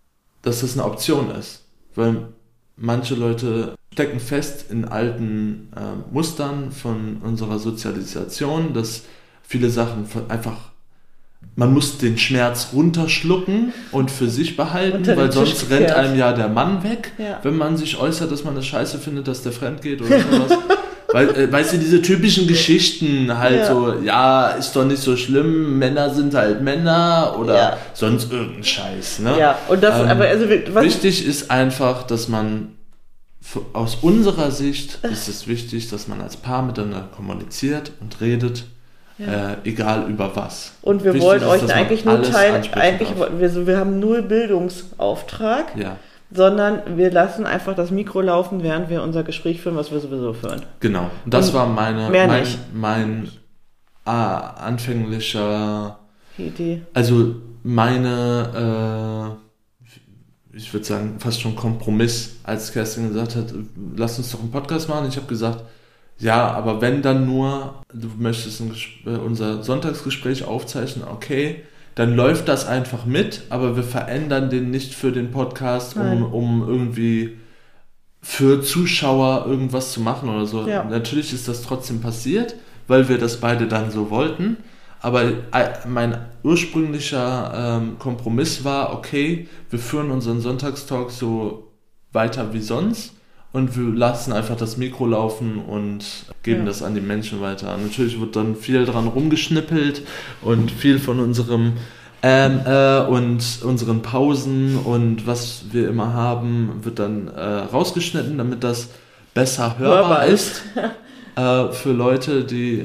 dass das eine Option ist. Weil manche Leute stecken fest in alten Mustern von unserer Sozialisation, dass viele Sachen einfach, man muss den Schmerz runterschlucken und für sich behalten, weil sonst rennt einem ja der Mann weg, wenn man sich äußert, dass man das scheiße findet, dass der fremd geht oder sowas. Weil, weißt du, diese typischen Geschichten halt so, ja, ist doch nicht so schlimm, Männer sind halt Männer oder sonst irgendein Scheiß. Ne? Ja, und das, aber also, wichtig ist einfach, dass man, aus unserer Sicht ist es wichtig, dass man als Paar miteinander kommuniziert und redet, egal über was. Und wir wichtig wollen euch eigentlich nur teilen, wir haben null Bildungsauftrag. Sondern wir lassen einfach das Mikro laufen, während wir unser Gespräch führen, was wir sowieso führen. Genau. Und das war mein anfänglicher Idee. Also meine, ich würde sagen, fast schon Kompromiss, als Kerstin gesagt hat, lass uns doch einen Podcast machen. Ich habe gesagt, ja, aber wenn dann nur, du möchtest unser Sonntagsgespräch aufzeichnen, okay, dann läuft das einfach mit, aber wir verändern den nicht für den Podcast, um irgendwie für Zuschauer irgendwas zu machen oder so. Ja. Natürlich ist das trotzdem passiert, weil wir das beide dann so wollten, aber mein ursprünglicher Kompromiss war, okay, wir führen unseren Sonntagstalk so weiter wie sonst und wir lassen einfach das Mikro laufen und geben das an die Menschen weiter. Natürlich wird dann viel dran rumgeschnippelt und viel von unserem und unseren Pausen und was wir immer haben, wird dann rausgeschnitten, damit das besser hörbar ist für Leute, die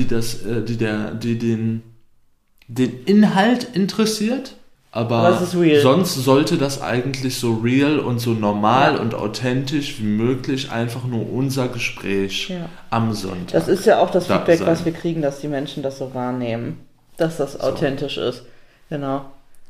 den Inhalt interessiert. Aber sonst sollte das eigentlich so real und so normal und authentisch wie möglich einfach nur unser Gespräch am Sonntag. Das ist ja auch das Feedback, was wir kriegen, dass die Menschen das so wahrnehmen, dass das authentisch ist. Genau.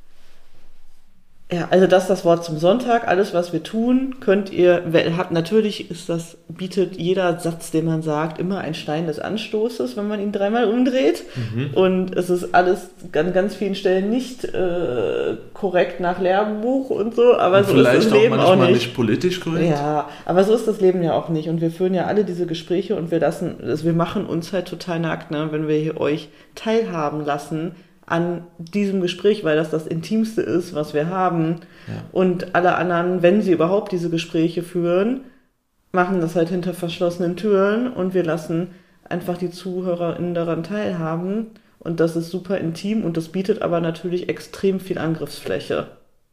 Ja, also das ist das Wort zum Sonntag. Alles, was wir tun, natürlich bietet jeder Satz, den man sagt, immer einen Stein des Anstoßes, wenn man ihn dreimal umdreht. Und es ist alles an ganz vielen Stellen nicht korrekt nach Lehrbuch und so, aber und so ist das Leben auch nicht politisch korrekt. Ja, aber so ist das Leben ja auch nicht. Und wir führen ja alle diese Gespräche und wir machen uns halt total nackt, ne, wenn wir hier euch teilhaben lassen an diesem Gespräch, weil das Intimste ist, was wir haben. Ja. Und alle anderen, wenn sie überhaupt diese Gespräche führen, machen das halt hinter verschlossenen Türen und wir lassen einfach die ZuhörerInnen daran teilhaben. Und das ist super intim und das bietet aber natürlich extrem viel Angriffsfläche.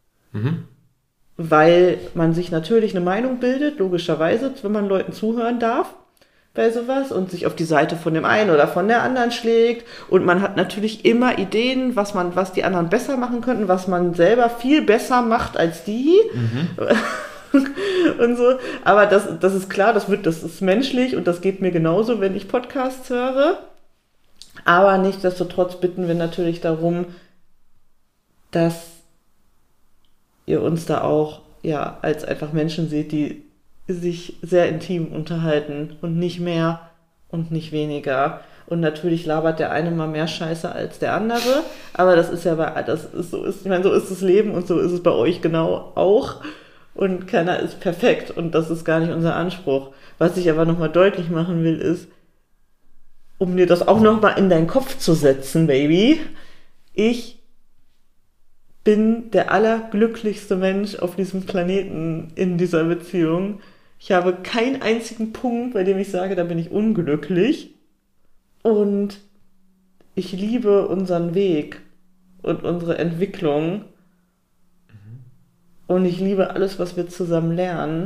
Weil man sich natürlich eine Meinung bildet, logischerweise, wenn man Leuten zuhören darf bei sowas und sich auf die Seite von dem einen oder von der anderen schlägt und man hat natürlich immer Ideen, was die anderen besser machen könnten, was man selber viel besser macht als die und so, aber das ist klar, das ist menschlich und das geht mir genauso, wenn ich Podcasts höre, aber nichtsdestotrotz bitten wir natürlich darum, dass ihr uns da auch als einfach Menschen seht, die sich sehr intim unterhalten und nicht mehr und nicht weniger. Und natürlich labert der eine mal mehr Scheiße als der andere, aber so ist das Leben und so ist es bei euch genau auch und keiner ist perfekt und das ist gar nicht unser Anspruch. Was ich aber nochmal deutlich machen will, ist, um dir das auch nochmal in deinen Kopf zu setzen, Baby, ich bin der allerglücklichste Mensch auf diesem Planeten in dieser Beziehung. Ich habe keinen einzigen Punkt, bei dem ich sage, da bin ich unglücklich. Und ich liebe unseren Weg und unsere Entwicklung. Und ich liebe alles, was wir zusammen lernen.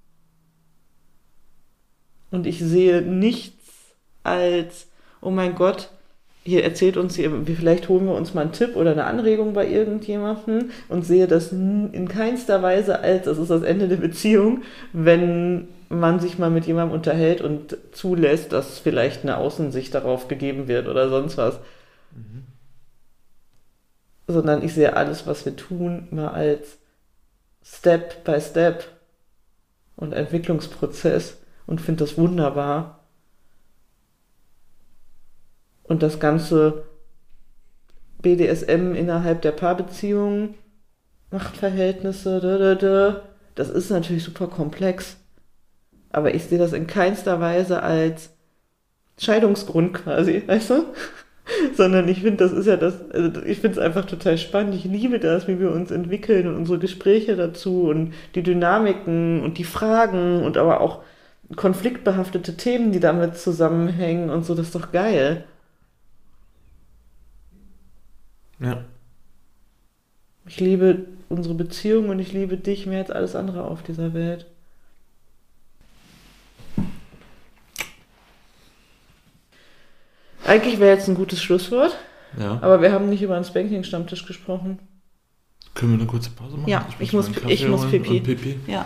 Und ich sehe nichts als, oh mein Gott, hier erzählt uns, vielleicht holen wir uns mal einen Tipp oder eine Anregung bei irgendjemandem und sehe das in keinster Weise als, das ist das Ende der Beziehung, wenn man sich mal mit jemandem unterhält und zulässt, dass vielleicht eine Außensicht darauf gegeben wird oder sonst was. Sondern ich sehe alles, was wir tun, mal als Step by Step und Entwicklungsprozess und finde das wunderbar. Und das ganze BDSM innerhalb der Paarbeziehung Machtverhältnisse, das ist natürlich super komplex. Aber ich sehe das in keinster Weise als Scheidungsgrund quasi, weißt du? Sondern ich finde, ich finde es einfach total spannend. Ich liebe das, wie wir uns entwickeln und unsere Gespräche dazu und die Dynamiken und die Fragen und aber auch konfliktbehaftete Themen, die damit zusammenhängen und so, das ist doch geil. Ja. Ich liebe unsere Beziehung und ich liebe dich mehr als alles andere auf dieser Welt. Eigentlich wäre jetzt ein gutes Schlusswort, Ja. aber wir haben nicht über einen Spanking-Stammtisch gesprochen. Können wir eine kurze Pause machen? Ja, ich muss holen Pipi. und Pipi. Ja.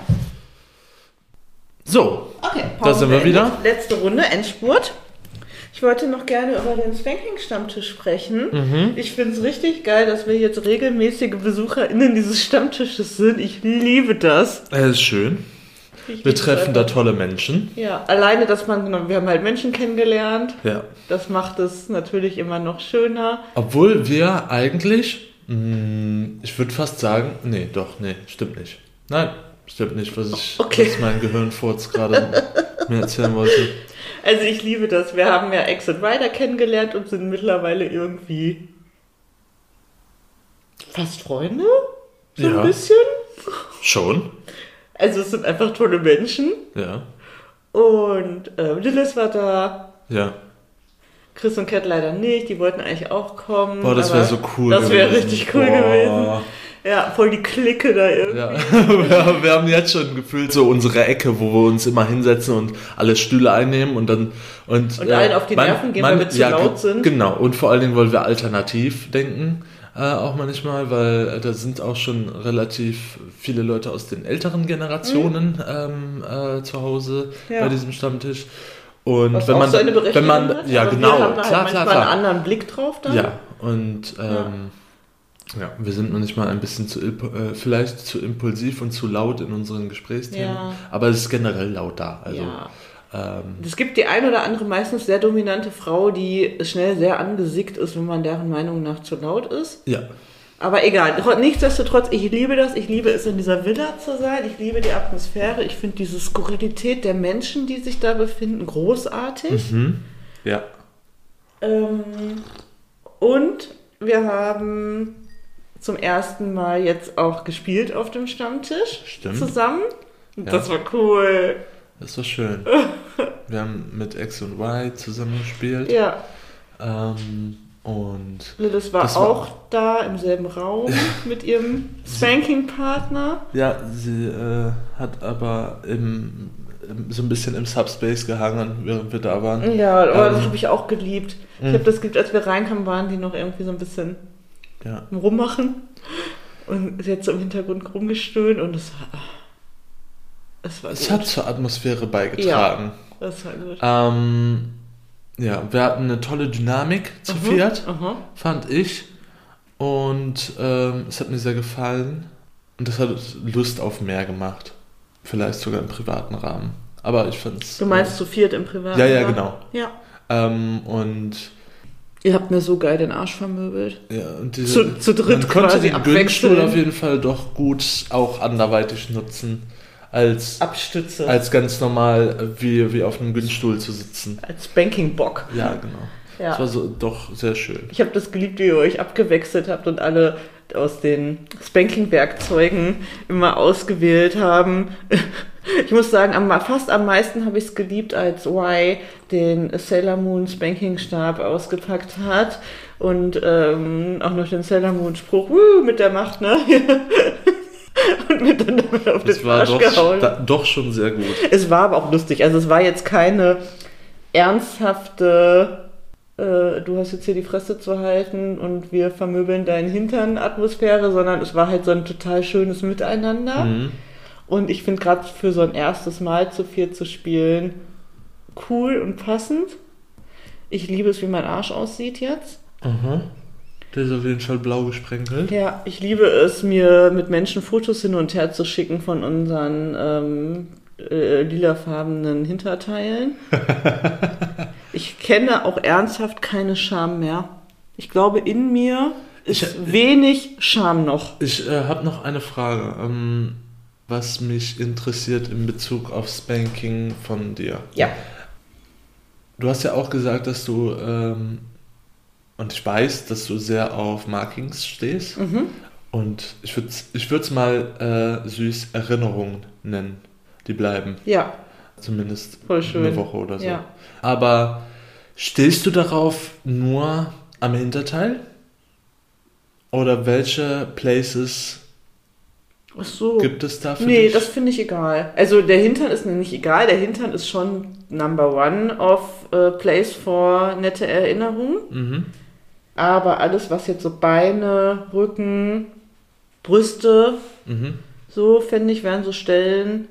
So, Okay, da sind wir beendet. wieder. Letzte Runde, Endspurt. Ich wollte noch gerne über den Spanking-Stammtisch sprechen. Ich finde es richtig geil, dass wir jetzt regelmäßige BesucherInnen dieses Stammtisches sind. Ich liebe das. Es ist schön. Wir treffen da tolle Menschen. Ja, alleine, dass wir haben halt Menschen kennengelernt. Ja. Das macht es natürlich immer noch schöner. Obwohl wir eigentlich, ich würde fast sagen, stimmt nicht. Nein, stimmt nicht, was mein Gehirnfurz gerade mir erzählen wollte. Also ich liebe das. Wir haben ja Ex und Rider kennengelernt und sind mittlerweile irgendwie fast Freunde. So Ja. ein bisschen. Schon? Also es sind einfach tolle Menschen. Ja. Und Lilith war da. Ja. Chris und Kat leider nicht. Die wollten eigentlich auch kommen. Boah, das aber wäre so cool Das wäre gewesen. richtig cool gewesen. Ja, voll die Clique da irgendwie. Ja. Wir haben jetzt schon gefühlt so unsere Ecke, wo wir uns immer hinsetzen und alle Stühle einnehmen und dann... Und allen auf die Nerven gehen, weil wir zu laut sind. Genau, und vor allen Dingen wollen wir alternativ denken, auch manchmal, weil da sind auch schon relativ viele Leute aus den älteren Generationen zu Hause bei diesem Stammtisch. Und Was wenn auch man, so eine Berechtigung wenn man, hat, ja aber genau, wir haben da klar, halt manchmal einen anderen Blick drauf dann. Ja, und ja, wir sind manchmal ein bisschen vielleicht zu impulsiv und zu laut in unseren Gesprächsthemen, aber es ist generell laut da. Also, es gibt die ein oder andere meistens sehr dominante Frau, die schnell sehr angesickt ist, wenn man deren Meinung nach zu laut ist. Ja. Aber egal, nichtsdestotrotz, ich liebe das. Ich liebe es, in dieser Villa zu sein. Ich liebe die Atmosphäre. Ich finde diese Skurrilität der Menschen, die sich da befinden, großartig. Ja. Und wir haben zum ersten Mal jetzt auch gespielt auf dem Stammtisch zusammen. Ja. Das war cool. Das war schön. Wir haben mit X und Y zusammen gespielt. Ja. Und Lilith war auch da im selben Raum mit ihrem Spanking-Partner. Ja, sie hat aber so ein bisschen im Subspace gehangen, während wir da waren. Ja, aber das habe ich auch geliebt. Ich habe das geliebt, als wir reinkamen, waren die noch irgendwie so ein bisschen im Rummachen. Und sie hat so im Hintergrund rumgestöhnt und es war Es gut. hat zur Atmosphäre beigetragen. Ja, das war gut. Ja, wir hatten eine tolle Dynamik zu viert, fand ich. Und es hat mir sehr gefallen. Und das hat Lust auf mehr gemacht. Vielleicht sogar im privaten Rahmen. Aber ich fand's... Du meinst zu viert im privaten Ja, Rahmen? genau. Ja. Und... Ihr habt mir so geil den Arsch vermöbelt. Ja, und zu dritt man konnte quasi den Gönstuhl abwechseln. auf jeden Fall doch gut auch anderweitig nutzen. Als Abstütze. Als ganz normal wie auf einem Günststuhl zu sitzen. Als Spanking-Bock. Ja, genau. Ja. Das war so doch sehr schön. Ich habe das geliebt, wie ihr euch abgewechselt habt und alle aus den Spanking-Werkzeugen immer ausgewählt haben. Ich muss sagen, fast am meisten habe ich es geliebt, als Y den Sailor Moon Spanking-Stab ausgepackt hat und auch noch den Sailor Moon Spruch mit der Macht, ne? Und mir dann damit auf den Arsch gehauen. Doch schon sehr gut. Es war aber auch lustig. Also es war jetzt keine ernsthafte, du hast jetzt hier die Fresse zu halten und wir vermöbeln deinen Hintern Atmosphäre, sondern es war halt so ein total schönes Miteinander. Und ich finde gerade für so ein erstes Mal zu viert zu spielen cool und passend. Ich liebe es, wie mein Arsch aussieht jetzt. Der ist auf jeden Fall blau gesprenkelt. Ja, ich liebe es, mir mit Menschen Fotos hin und her zu schicken von unseren lilafarbenen Hinterteilen. Ich kenne auch ernsthaft keine Scham mehr. Ich glaube, in mir ist wenig Charme noch. Ich habe noch eine Frage, was mich interessiert in Bezug auf Spanking von dir. Ja. Du hast ja auch gesagt, dass du, und ich weiß, dass du sehr auf Markings stehst. Und ich würde es mal süß Erinnerungen nennen, die bleiben. Ja. Zumindest Voll schön. eine Woche oder so. Ja. Aber stehst du darauf nur am Hinterteil? Oder welche Places Ach so. gibt es da für Nee, dich? das finde ich egal. Also der Hintern ist mir nicht egal. Der Hintern ist schon Number One of Place for nette Erinnerungen. Mhm. Aber alles, was jetzt so Beine, Rücken, Brüste, Mhm. so fände ich, wären so Stellen,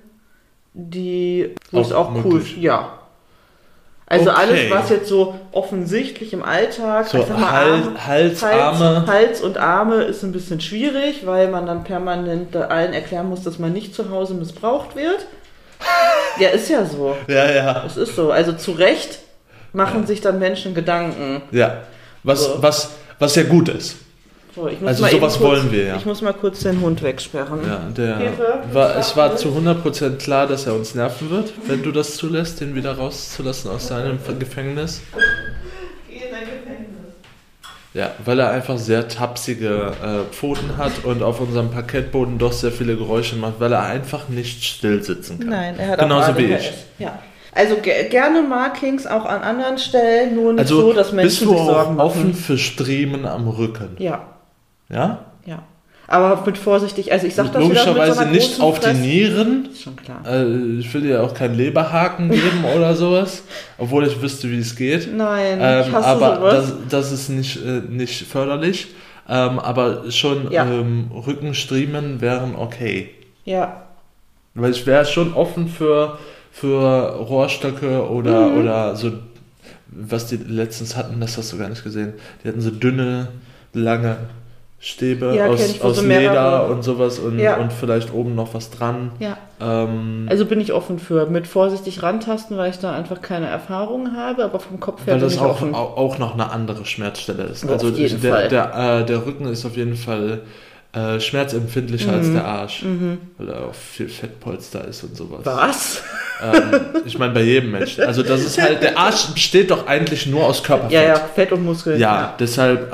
wo es auch cool möglich. Ja. Also Okay. alles, was jetzt so offensichtlich im Alltag, So ich sag mal, Hals, Arme. Hals und Arme ist ein bisschen schwierig, weil man dann permanent allen erklären muss, dass man nicht zu Hause missbraucht wird. Ja, ist ja so. Ja. Es ist so. Also zu Recht machen sich dann Menschen Gedanken. Ja. So. Was ja gut ist. So, ich muss Also mal sowas eben kurz, wollen wir, ja. Ich muss mal kurz den Hund wegsperren. Ja, Hilfe, es war zu 100% klar, dass er uns nerven wird, wenn du das zulässt, den wieder rauszulassen aus seinem Gefängnis. Geh in dein Gefängnis. Ja, weil er einfach sehr tapsige Pfoten hat und auf unserem Parkettboden doch sehr viele Geräusche macht, weil er einfach nicht still sitzen kann. Nein, er hat Genauso auch wie ADHS. ich. Ja. Also gerne Markings auch an anderen Stellen, nur nicht Also so, dass Menschen bist du sich Sorgen auch machen. offen für Striemen am Rücken? Ja, Ja? ja. Aber mit vorsichtig, also ich sag das wieder mit so Logischerweise einer nicht großen auf die Fresse. Nieren. Ist schon klar. Ich will dir auch keinen Leberhaken geben oder sowas, obwohl ich wüsste, wie es geht. Nein, ich hasse aber sowas. das ist nicht förderlich. Aber schon Ja. Rückenstriemen wären okay. Ja, Weil ich wäre schon offen für Rohrstöcke oder so, was die letztens hatten, das hast du gar nicht gesehen. Die hatten so dünne, lange Stäbe Ja, kenn ich, wo aus so Leder mehrere- und sowas und vielleicht oben noch was dran. ja. Ähm, Also bin ich offen für. Mit vorsichtig rantasten, weil ich da einfach keine Erfahrung habe, aber vom Kopf her Weil bin das ich auch, offen. auch noch eine andere Schmerzstelle ist. Auf Also jeden Fall. der Rücken ist auf jeden Fall schmerzempfindlicher als der Arsch, weil da auch viel Fettpolster ist und sowas. Was? Ich meine bei jedem Menschen. Also das ist halt, der Arsch besteht doch eigentlich nur aus Körperfett. Ja, Fett und Muskeln. Ja, deshalb,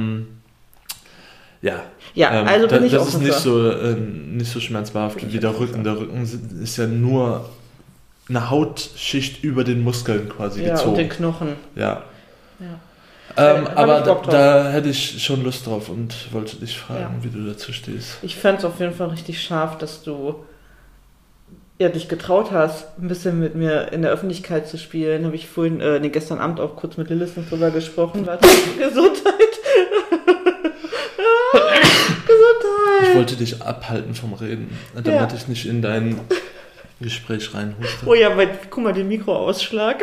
Ja, also bin ich das offen ist für. nicht so schmerzbehaftet Bin wie ich der offen Rücken. Der Rücken ist ja nur eine Hautschicht über den Muskeln quasi Ja, gezogen. und den Knochen. Ja. Ja. Hab Aber ich Bock drauf. da hätte ich schon Lust drauf und wollte dich fragen, wie du dazu stehst. Ich fand es auf jeden Fall richtig scharf, dass du dich getraut hast, ein bisschen mit mir in der Öffentlichkeit zu spielen. Habe ich vorhin, gestern Abend auch kurz mit Lilith noch drüber gesprochen. Warte, Gesundheit. Gesundheit. Ich wollte dich abhalten vom Reden, damit Ja. ich nicht in dein Gespräch reinhuste. Oh ja, weil, guck mal, den Mikroausschlag.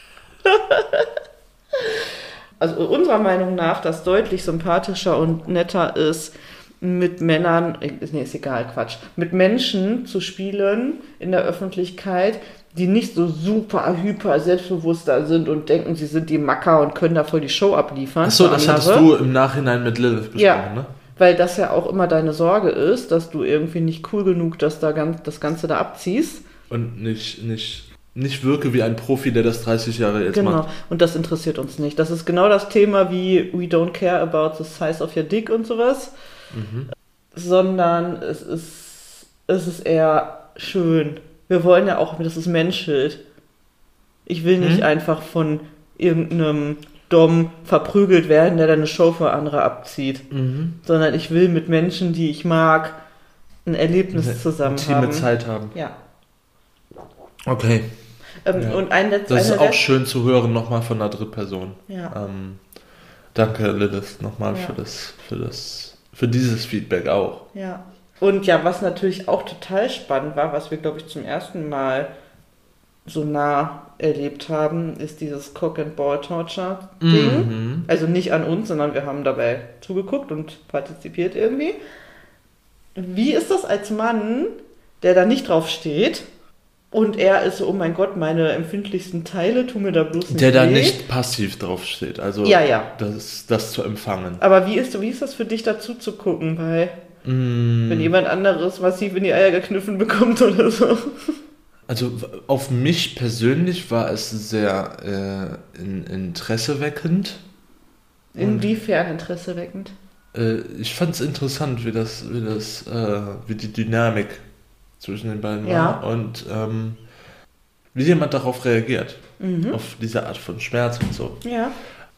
Also unserer Meinung nach, das deutlich sympathischer und netter ist, mit Männern, nee, ist egal, Quatsch, mit Menschen zu spielen in der Öffentlichkeit, die nicht so super hyper selbstbewusster sind und denken, sie sind die Macker und können da voll die Show abliefern. Achso, für das andere. hattest du im Nachhinein mit Lilith besprochen, Ja. ne? Weil das ja auch immer deine Sorge ist, dass du irgendwie nicht cool genug das Ganze da abziehst. Und nicht wirke wie ein Profi, der das 30 Jahre jetzt Genau, macht. und das interessiert uns nicht. Das ist genau das Thema wie we don't care about the size of your dick und sowas, sondern es ist eher schön. Wir wollen ja auch, das ist Menschschild. Ich will nicht einfach von irgendeinem Dom verprügelt werden, der dann eine Show für andere abzieht, sondern ich will mit Menschen, die ich mag, ein Erlebnis zusammen Intime haben. Zeit haben. Ja. Okay. Ja. Und ein letztes. Das ist auch schön zu hören, nochmal von einer Drittperson. Ja. Danke, Lilith, nochmal für dieses Feedback auch. Ja. Und ja, was natürlich auch total spannend war, was wir, glaube ich, zum ersten Mal so nah erlebt haben, ist dieses Cock-and-Ball-Torture-Ding. Also nicht an uns, sondern wir haben dabei zugeguckt und partizipiert irgendwie. Wie ist das als Mann, der da nicht drauf steht, Und er ist so, oh mein Gott, meine empfindlichsten Teile, tu mir da bloß nicht Der da weh. nicht passiv drauf steht, also Ja. das zu empfangen. Aber wie ist das für dich dazu zu gucken, wenn jemand anderes massiv in die Eier gekniffen bekommt oder so? Also auf mich persönlich war es sehr interesseweckend. Inwiefern interesseweckend? Ich fand es interessant, wie die Dynamik zwischen den beiden Ja. war und wie jemand darauf reagiert, auf diese Art von Schmerz und so. Ja.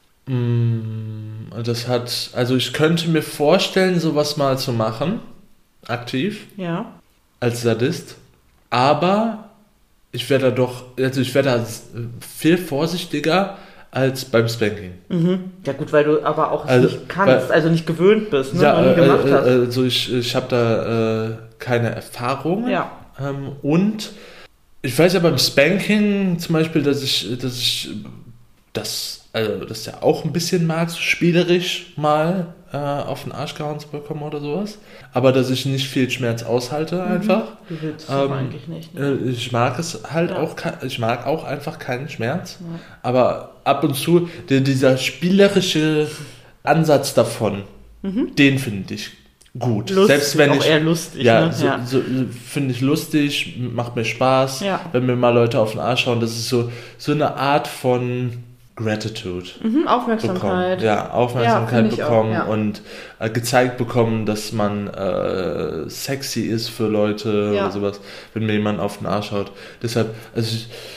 Also ich könnte mir vorstellen, sowas mal zu machen, aktiv, Ja. als Sadist, aber ich wäre da viel vorsichtiger als beim Spanking. Ja gut, weil du aber auch Also, nicht kannst, also nicht gewöhnt bist, ne? Ja, noch nie gemacht hast. also ich habe da keine Erfahrung. Ja. Und ich weiß ja beim Spanking zum Beispiel, dass ich das ja auch ein bisschen mag, so spielerisch mal auf den Arsch gehauen zu bekommen oder sowas. Aber dass ich nicht viel Schmerz aushalte einfach. Du willst es doch eigentlich nicht. Ne? Ich mag es halt Ja. ich mag auch einfach keinen Schmerz. Ja. Aber ab und zu, dieser spielerische Ansatz davon, den finde ich gut. Lustig, Selbst wenn auch eher lustig. ja, Ne? so finde ich lustig, macht mir Spaß, Ja. wenn mir mal Leute auf den Arsch schauen. Das ist so eine Art von Gratitude Aufmerksamkeit. bekommen. Ja, Aufmerksamkeit finde ich auch, bekommen ja. und gezeigt bekommen, dass man sexy ist für Leute Ja. oder sowas, wenn mir jemand auf den Arsch schaut. Deshalb, also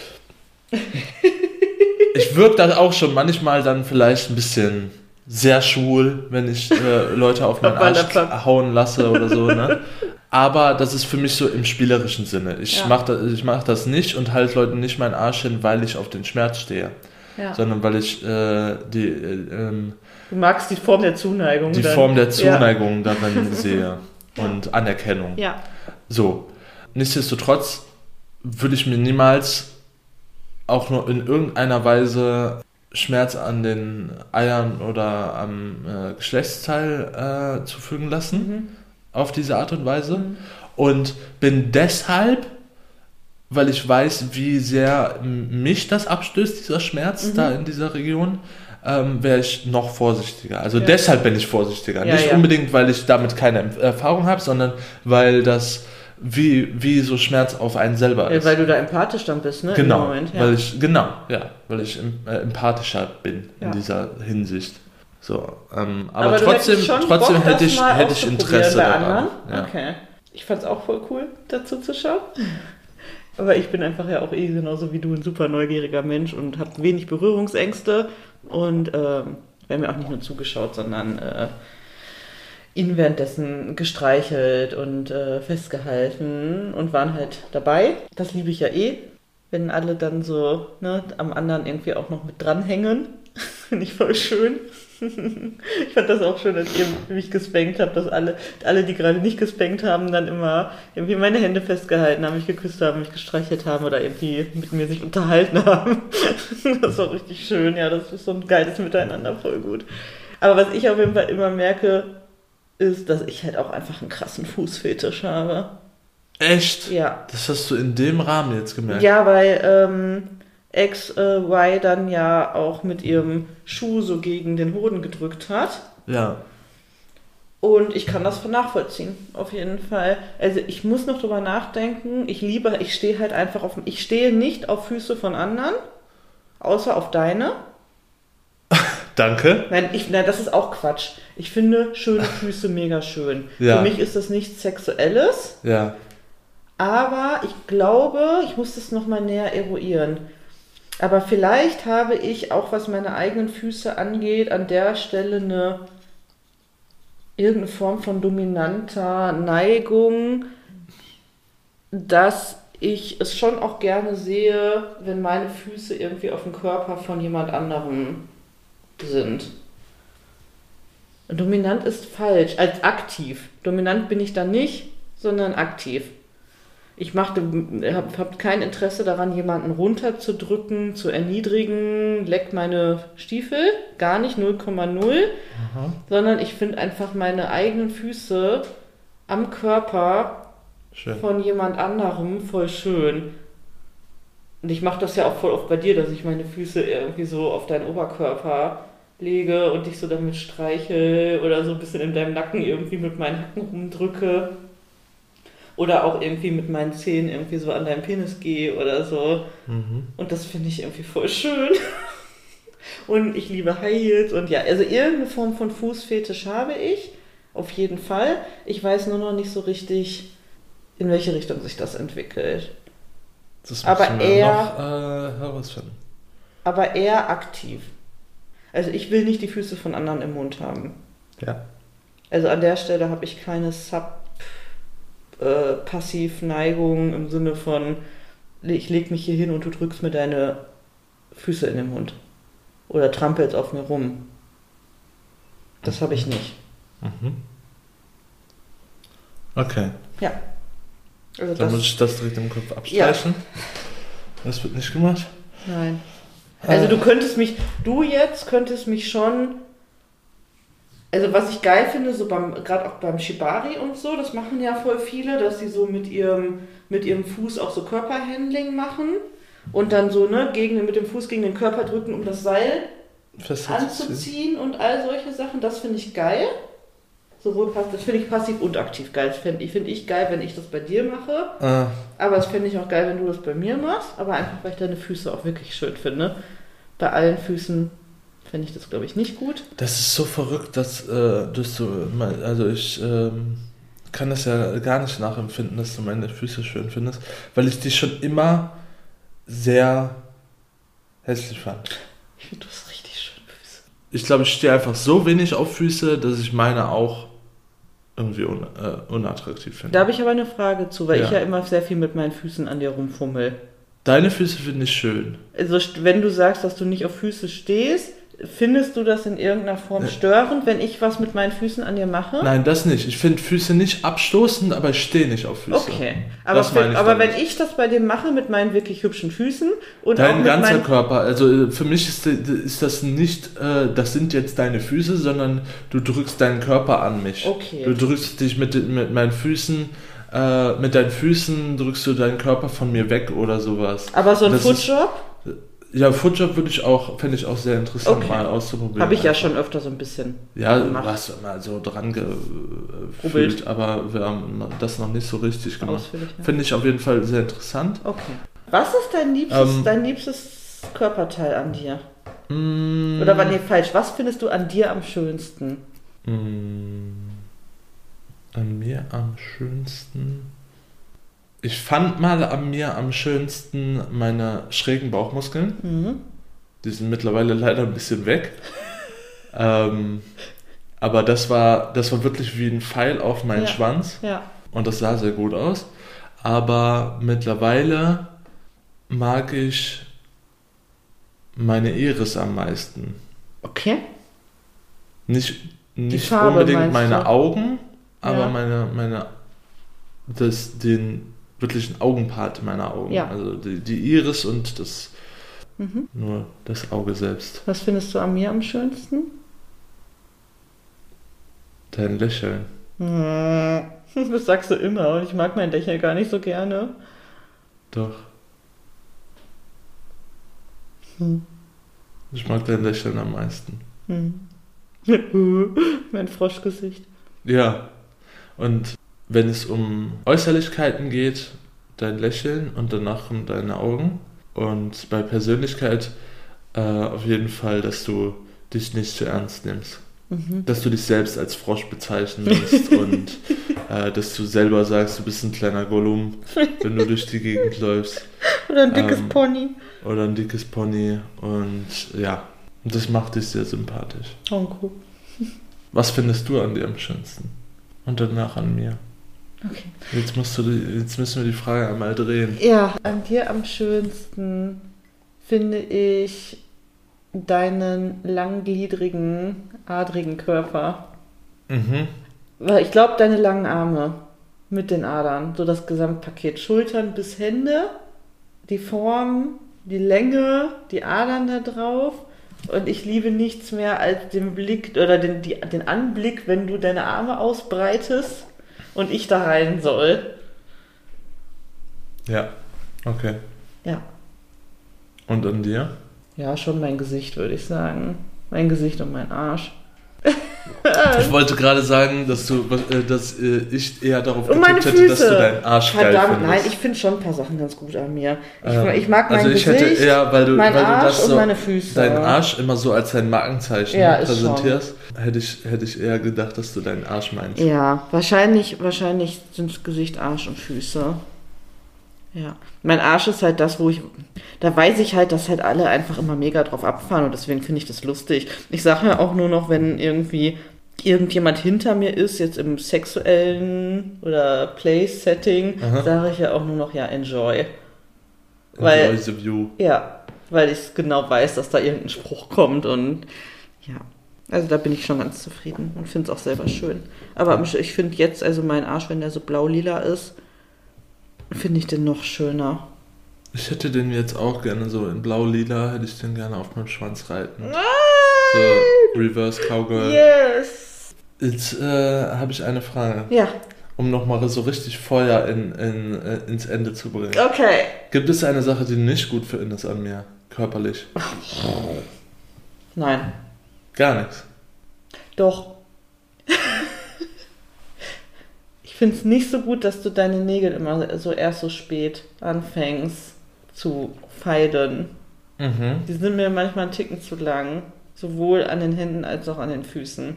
ich wirke da auch schon manchmal dann vielleicht ein bisschen sehr schwul, wenn ich Leute auf meinen Arsch hauen lasse oder so, ne? Aber das ist für mich so im spielerischen Sinne. Ich mach das nicht und halte Leuten nicht meinen Arsch hin, weil ich auf den Schmerz stehe. Ja. Sondern weil ich Du magst die Form der Zuneigung. die dann. Form der Zuneigung darin sehe und Anerkennung. Ja. So. Nichtsdestotrotz würde ich mir niemals auch nur in irgendeiner Weise Schmerz an den Eiern oder am Geschlechtsteil zufügen lassen. Auf diese Art und Weise. Und bin deshalb, weil ich weiß, wie sehr mich das abstößt, dieser Schmerz da in dieser Region, wäre ich noch vorsichtiger. Also deshalb bin ich vorsichtiger. Nicht unbedingt, weil ich damit keine Erfahrung habe, sondern weil das wie so Schmerz auf einen selber ist. Weil du da empathisch dann bist, ne? Genau, Im Moment, weil ich empathischer bin in dieser Hinsicht. So, aber du trotzdem hättest schon Bock, hätte das mal ich Interesse bei daran. anderen? Ja. Okay. Ich fand's auch voll cool, dazu zu schauen. Aber ich bin einfach ja auch genauso wie du ein super neugieriger Mensch und habe wenig Berührungsängste und wir haben ja auch nicht nur zugeschaut, sondern ihn währenddessen gestreichelt und festgehalten und waren halt dabei. Das liebe ich ja wenn alle dann so am anderen irgendwie auch noch mit dranhängen. Finde ich voll schön. Ich fand das auch schön, als ihr mich gespankt habt, dass alle, die gerade nicht gespankt haben, dann immer irgendwie meine Hände festgehalten haben, mich geküsst haben, mich gestreichelt haben oder irgendwie mit mir sich unterhalten haben. Das war richtig schön, ja, das ist so ein geiles Miteinander, voll gut. Aber was ich auf jeden Fall immer merke, ist, dass ich halt auch einfach einen krassen Fußfetisch habe. Echt? Ja. Das hast du in dem Rahmen jetzt gemerkt? Ja, weil XY dann ja auch mit ihrem Schuh so gegen den Hoden gedrückt hat. Ja. Und ich kann das nachvollziehen, auf jeden Fall. Also ich muss noch drüber nachdenken. Ich stehe halt einfach ich stehe nicht auf Füße von anderen, außer auf deine. Danke. Nein, das ist auch Quatsch. Ich finde schöne Füße mega schön. Ja. Für mich ist das nichts Sexuelles. Ja. Aber ich glaube, ich muss das nochmal näher eruieren. Aber vielleicht habe ich, auch was meine eigenen Füße angeht, an der Stelle irgendeine Form von dominanter Neigung, dass ich es schon auch gerne sehe, wenn meine Füße irgendwie auf dem Körper von jemand anderem sind. Dominant ist falsch, als aktiv. Dominant bin ich dann nicht, sondern aktiv. Ich habe kein Interesse daran, jemanden runterzudrücken, zu erniedrigen, leck meine Stiefel, gar nicht, 0,0, sondern ich finde einfach meine eigenen Füße am Körper Schön. von jemand anderem voll schön. Und ich mache das ja auch voll oft bei dir, dass ich meine Füße irgendwie so auf deinen Oberkörper lege und dich so damit streichel oder so ein bisschen in deinem Nacken irgendwie mit meinen Hacken rumdrücke. Oder auch irgendwie mit meinen Zähnen irgendwie so an deinem Penis gehe oder so. Und das finde ich irgendwie voll schön. Und ich liebe High Heels und ja, also irgendeine Form von Fußfetisch habe ich. Auf jeden Fall. Ich weiß nur noch nicht so richtig, in welche Richtung sich das entwickelt. Das aber müssen wir eher, noch herausfinden. Aber eher aktiv. Also ich will nicht die Füße von anderen im Mund haben. Ja. Also an der Stelle habe ich keine Passiv-Neigung im Sinne von, ich leg mich hier hin und du drückst mir deine Füße in den Mund. Oder trampelst auf mir rum. Das habe ich nicht. Okay. Ja. Also Dann muss ich das direkt im Kopf abstreichen. Ja. Das wird nicht gemacht. Nein. Also du könntest mich schon, also was ich geil finde, so gerade auch beim Shibari und so, das machen ja voll viele, dass sie so mit ihrem Fuß auch so Körperhandling machen und dann so, mit dem Fuß gegen den Körper drücken, um das Seil anzuziehen und all solche Sachen, das finde ich geil. Das finde ich passiv und aktiv geil. Das finde ich geil, wenn ich das bei dir mache. Aber das finde ich auch geil, wenn du das bei mir machst. Aber einfach, weil ich deine Füße auch wirklich schön finde. Bei allen Füßen finde ich das, glaube ich, nicht gut. Das ist so verrückt, dass ich kann das ja gar nicht nachempfinden, dass du meine Füße schön findest, weil ich die schon immer sehr hässlich fand. Ich finde, du hast richtig schöne Füße. Ich glaube, ich stehe einfach so wenig auf Füße, dass ich meine auch irgendwie unattraktiv finde. Da habe ich aber eine Frage zu, weil ich ja immer sehr viel mit meinen Füßen an dir rumfummel. Deine Füße finde ich schön. Also wenn du sagst, dass du nicht auf Füße stehst, findest du das in irgendeiner Form störend, wenn ich was mit meinen Füßen an dir mache? Nein, das nicht. Ich finde Füße nicht abstoßend, aber ich stehe nicht auf Füße. Okay. Aber wenn ich das bei dir mache mit meinen wirklich hübschen Füßen und dein auch mit ganzer Körper, also für mich ist das nicht, das sind jetzt deine Füße, sondern du drückst deinen Körper an mich. Okay. Du drückst dich mit meinen Füßen, mit deinen Füßen drückst du deinen Körper von mir weg oder sowas. Aber so ein Footjob? Ja, Footjob fände ich auch sehr interessant mal auszuprobieren. Habe ich ja schon öfter so ein bisschen gemacht. Du hast mal so dran gefühlt, aber wir haben das noch nicht so richtig gemacht. Finde ich auf jeden Fall sehr interessant. Okay. Was ist dein liebstes Körperteil an dir? Oder nee, falsch. Was findest du an dir am schönsten? An mir am schönsten... Ich fand mal an mir am schönsten meine schrägen Bauchmuskeln. Die sind mittlerweile leider ein bisschen weg. Aber das war wirklich wie ein Pfeil auf meinen Schwanz. Ja. Und das sah sehr gut aus. Aber mittlerweile mag ich meine Iris am meisten. Okay. Nicht Farbe, unbedingt meine Augen, aber den wirklichen Augenpart meiner Augen. Ja. Also die Iris und nur das Auge selbst. Was findest du an mir am schönsten? Dein Lächeln. Das sagst du immer und ich mag mein Lächeln gar nicht so gerne. Doch. Ich mag dein Lächeln am meisten. Mein Froschgesicht. Ja. Und wenn es um Äußerlichkeiten geht, dein Lächeln und danach kommen deine Augen. Und bei Persönlichkeit auf jeden Fall, dass du dich nicht zu ernst nimmst. Dass du dich selbst als Frosch bezeichnen musst und dass du selber sagst, du bist ein kleiner Gollum, wenn du durch die Gegend läufst. Oder ein dickes Pony. Oder ein dickes Pony. Und ja, das macht dich sehr sympathisch. Oh, cool. Was findest du an dir am schönsten? Und danach an mir. Okay. Jetzt müssen wir die Frage einmal drehen. Ja, an dir am schönsten finde ich deinen langgliedrigen, adrigen Körper. Weil ich glaube, deine langen Arme mit den Adern, so das Gesamtpaket. Schultern bis Hände, die Form, die Länge, die Adern da drauf. Und ich liebe nichts mehr als den Blick oder den Anblick, wenn du deine Arme ausbreitest und ich da rein soll. Ja, okay. Ja. Und an dir? Ja, schon mein Gesicht, würde ich sagen. Mein Gesicht und mein Arsch. Ich wollte gerade sagen, dass ich eher darauf Und meine getippt hätte, dass du Füße. deinen Arsch geil Verdammt, findest. nein, ich finde schon ein paar Sachen ganz gut an mir. Ich mag mein also ich Gesicht, hätte eher, weil du Arsch das und so, meine Füße. deinen Arsch immer so als dein Markenzeichen Ja, ist präsentierst, hätte ich eher gedacht, dass du deinen Arsch meinst. Ja, wahrscheinlich sind es Gesicht, Arsch und Füße. Ja. Mein Arsch ist halt das, da weiß ich halt, dass halt alle einfach immer mega drauf abfahren und deswegen finde ich das lustig. Ich sage ja auch nur noch, wenn irgendwie irgendjemand hinter mir ist, jetzt im sexuellen oder Play-Setting, sage ich ja auch nur noch, ja, enjoy. Enjoy the view. Ja, weil ich genau weiß, dass da irgendein Spruch kommt und ja. Also da bin ich schon ganz zufrieden und finde es auch selber schön. Aber ich finde jetzt, also mein Arsch, wenn der so blau-lila ist, finde ich den noch schöner. Ich hätte den jetzt auch gerne so in blau-lila, hätte ich den gerne auf meinem Schwanz reiten. Nein! So Reverse Cowgirl. Yes! Jetzt habe ich eine Frage. Ja. Um nochmal so richtig Feuer ins Ende zu bringen. Okay. Gibt es eine Sache, die du nicht gut findest an mir, körperlich? Nein. Gar nichts. Doch. Ich finde es nicht so gut, dass du deine Nägel immer so erst so spät anfängst zu feilen. Mhm. Die sind mir manchmal einen Ticken zu lang. Sowohl an den Händen als auch an den Füßen.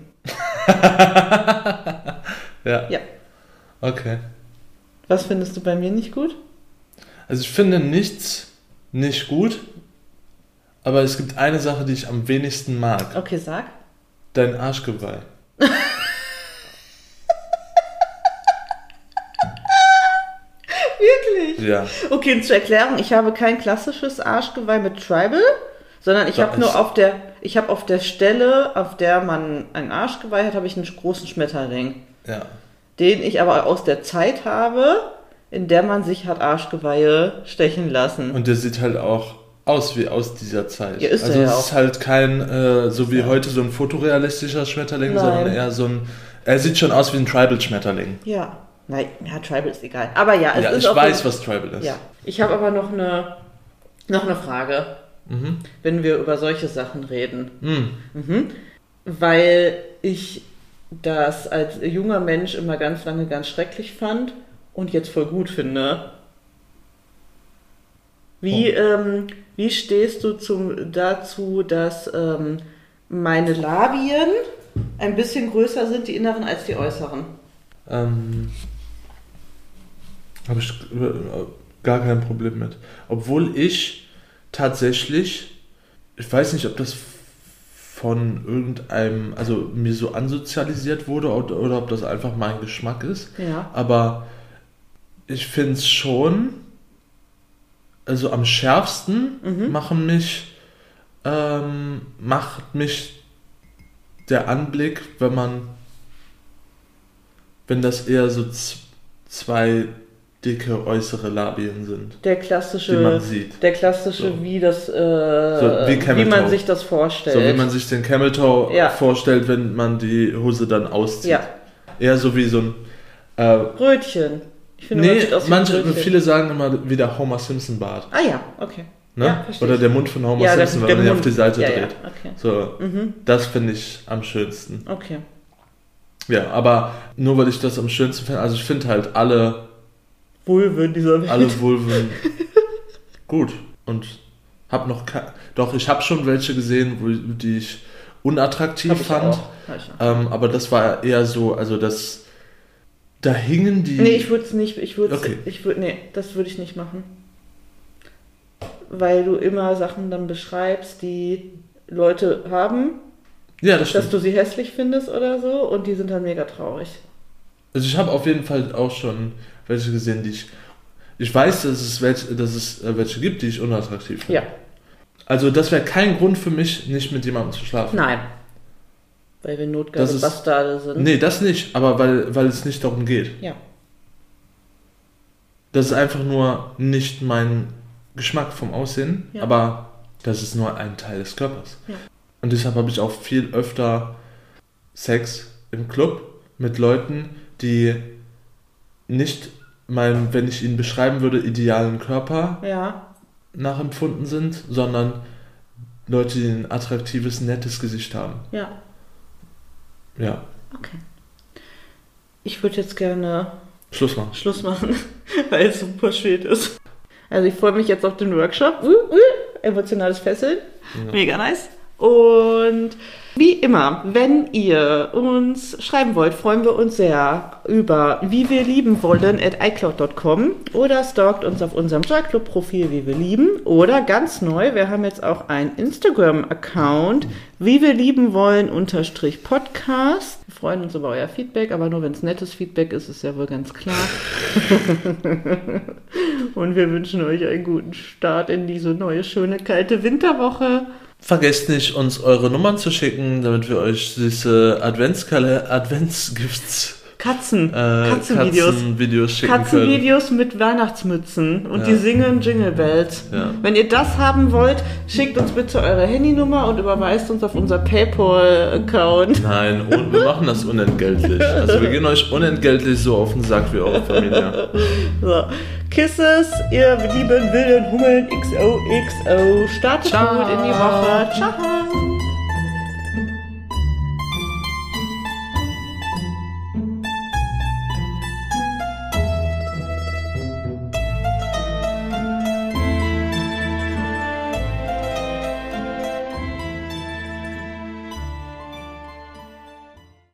Ja. Ja. Okay. Was findest du bei mir nicht gut? Also ich finde nichts nicht gut, aber es gibt eine Sache, die ich am wenigsten mag. Okay, sag. Dein Arschgeweih. Wirklich? Ja. Okay, und zur Erklärung, ich habe kein klassisches Arschgeweih mit Tribal, sondern ich habe nur auf der Stelle, auf der man ein Arschgeweih hat, habe ich einen großen Schmetterling. Ja. Den ich aber aus der Zeit habe, in der man sich hat Arschgeweihe stechen lassen. Und der sieht halt auch aus wie aus dieser Zeit. Ja, ist also er es ja ist auch. halt kein, so wie heute so ein fotorealistischer Schmetterling, Nein. sondern eher so ein, er sieht schon aus wie ein Tribal-Schmetterling. Ja. Nein, ja, Tribal ist egal. Aber ja, es Ja, ist ich auch weiß, was Tribal ist. Ja. Ich habe aber noch eine Frage, wenn wir über solche Sachen reden. Mhm. Weil ich das als junger Mensch immer ganz lange ganz schrecklich fand und jetzt voll gut finde. Wie stehst du dazu, dass meine Labien ein bisschen größer sind, die inneren, als die äußeren? Habe ich gar kein Problem mit. Obwohl ich tatsächlich, ich weiß nicht, ob das von irgendeinem, also mir so ansozialisiert wurde oder ob das einfach mein Geschmack ist. Ja. Aber ich finde es schon, also am schärfsten macht mich der Anblick, wenn das eher so zwei dicke äußere Labien sind. Der klassische, die man sieht. Der klassische, So. wie man sich das vorstellt. So wie man sich den Camel Toe vorstellt, wenn man die Hose dann auszieht. Ja. Eher so wie so ein Brötchen. Ich finde, man sieht aus wie ein Brötchen. viele sagen immer wie der Homer Simpson Bart. Ah ja, okay. Ne? Ja, verstehe Oder ich. der Mund von Homer Simpson, wenn man ihn auf die Seite dreht. Ja, okay. So, das finde ich am schönsten. Okay. Ja, aber nur weil ich das am schönsten finde, also ich finde halt alle Vulven dieser Welt. Alle Vulven gut. Und ich habe schon welche gesehen, die ich unattraktiv fand. Aber das war eher so, also da hingen die... Nee, ich würde es nicht, Okay. Das würde ich nicht machen. Weil du immer Sachen dann beschreibst, die Leute haben, Ja, das stimmt. dass du sie hässlich findest oder so und die sind dann mega traurig. Also ich habe auf jeden Fall auch schon welche gesehen, die ich weiß, dass es welche gibt, die ich unattraktiv finde. Ja. Also das wäre kein Grund für mich, nicht mit jemandem zu schlafen. Nein. Weil wir notgeile Bastarde sind. Nee, das nicht, aber weil es nicht darum geht. Ja. Das ist einfach nur nicht mein Geschmack vom Aussehen, aber das ist nur ein Teil des Körpers. Ja. Und deshalb habe ich auch viel öfter Sex im Club mit Leuten, die nicht meinen, wenn ich ihnen beschreiben würde, idealen Körper nachempfunden sind, sondern Leute, die ein attraktives, nettes Gesicht haben. Ja. Ja. Okay. Ich würde jetzt gerne Schluss machen, weil es super spät ist. Also ich freue mich jetzt auf den Workshop. Emotionales Fesseln. Ja. Mega nice. Und wie immer, wenn ihr uns schreiben wollt, freuen wir uns sehr über wiewirliebenwollen@icloud.com oder stalkt uns auf unserem Joyclub-Profil Wie wir lieben oder ganz neu, wir haben jetzt auch einen Instagram-Account wiewirliebenwollen_podcast. Wir freuen uns über euer Feedback, aber nur wenn es nettes Feedback ist, ist ja wohl ganz klar. Und wir wünschen euch einen guten Start in diese neue, schöne, kalte Winterwoche. Vergesst nicht, uns eure Nummern zu schicken, damit wir euch diese Adventsgifts Katzenvideos schicken Katzenvideos mit Weihnachtsmützen und die singen Jingle Bells. Ja. Wenn ihr das haben wollt, schickt uns bitte eure Handynummer und überweist uns auf unser PayPal-Account. Nein, wir machen das unentgeltlich. Also wir gehen euch unentgeltlich so auf den Sack wie eure Familie. So. Kisses, ihr lieben wilden Hummeln XOXO. Startet gut in die Woche. Ciao.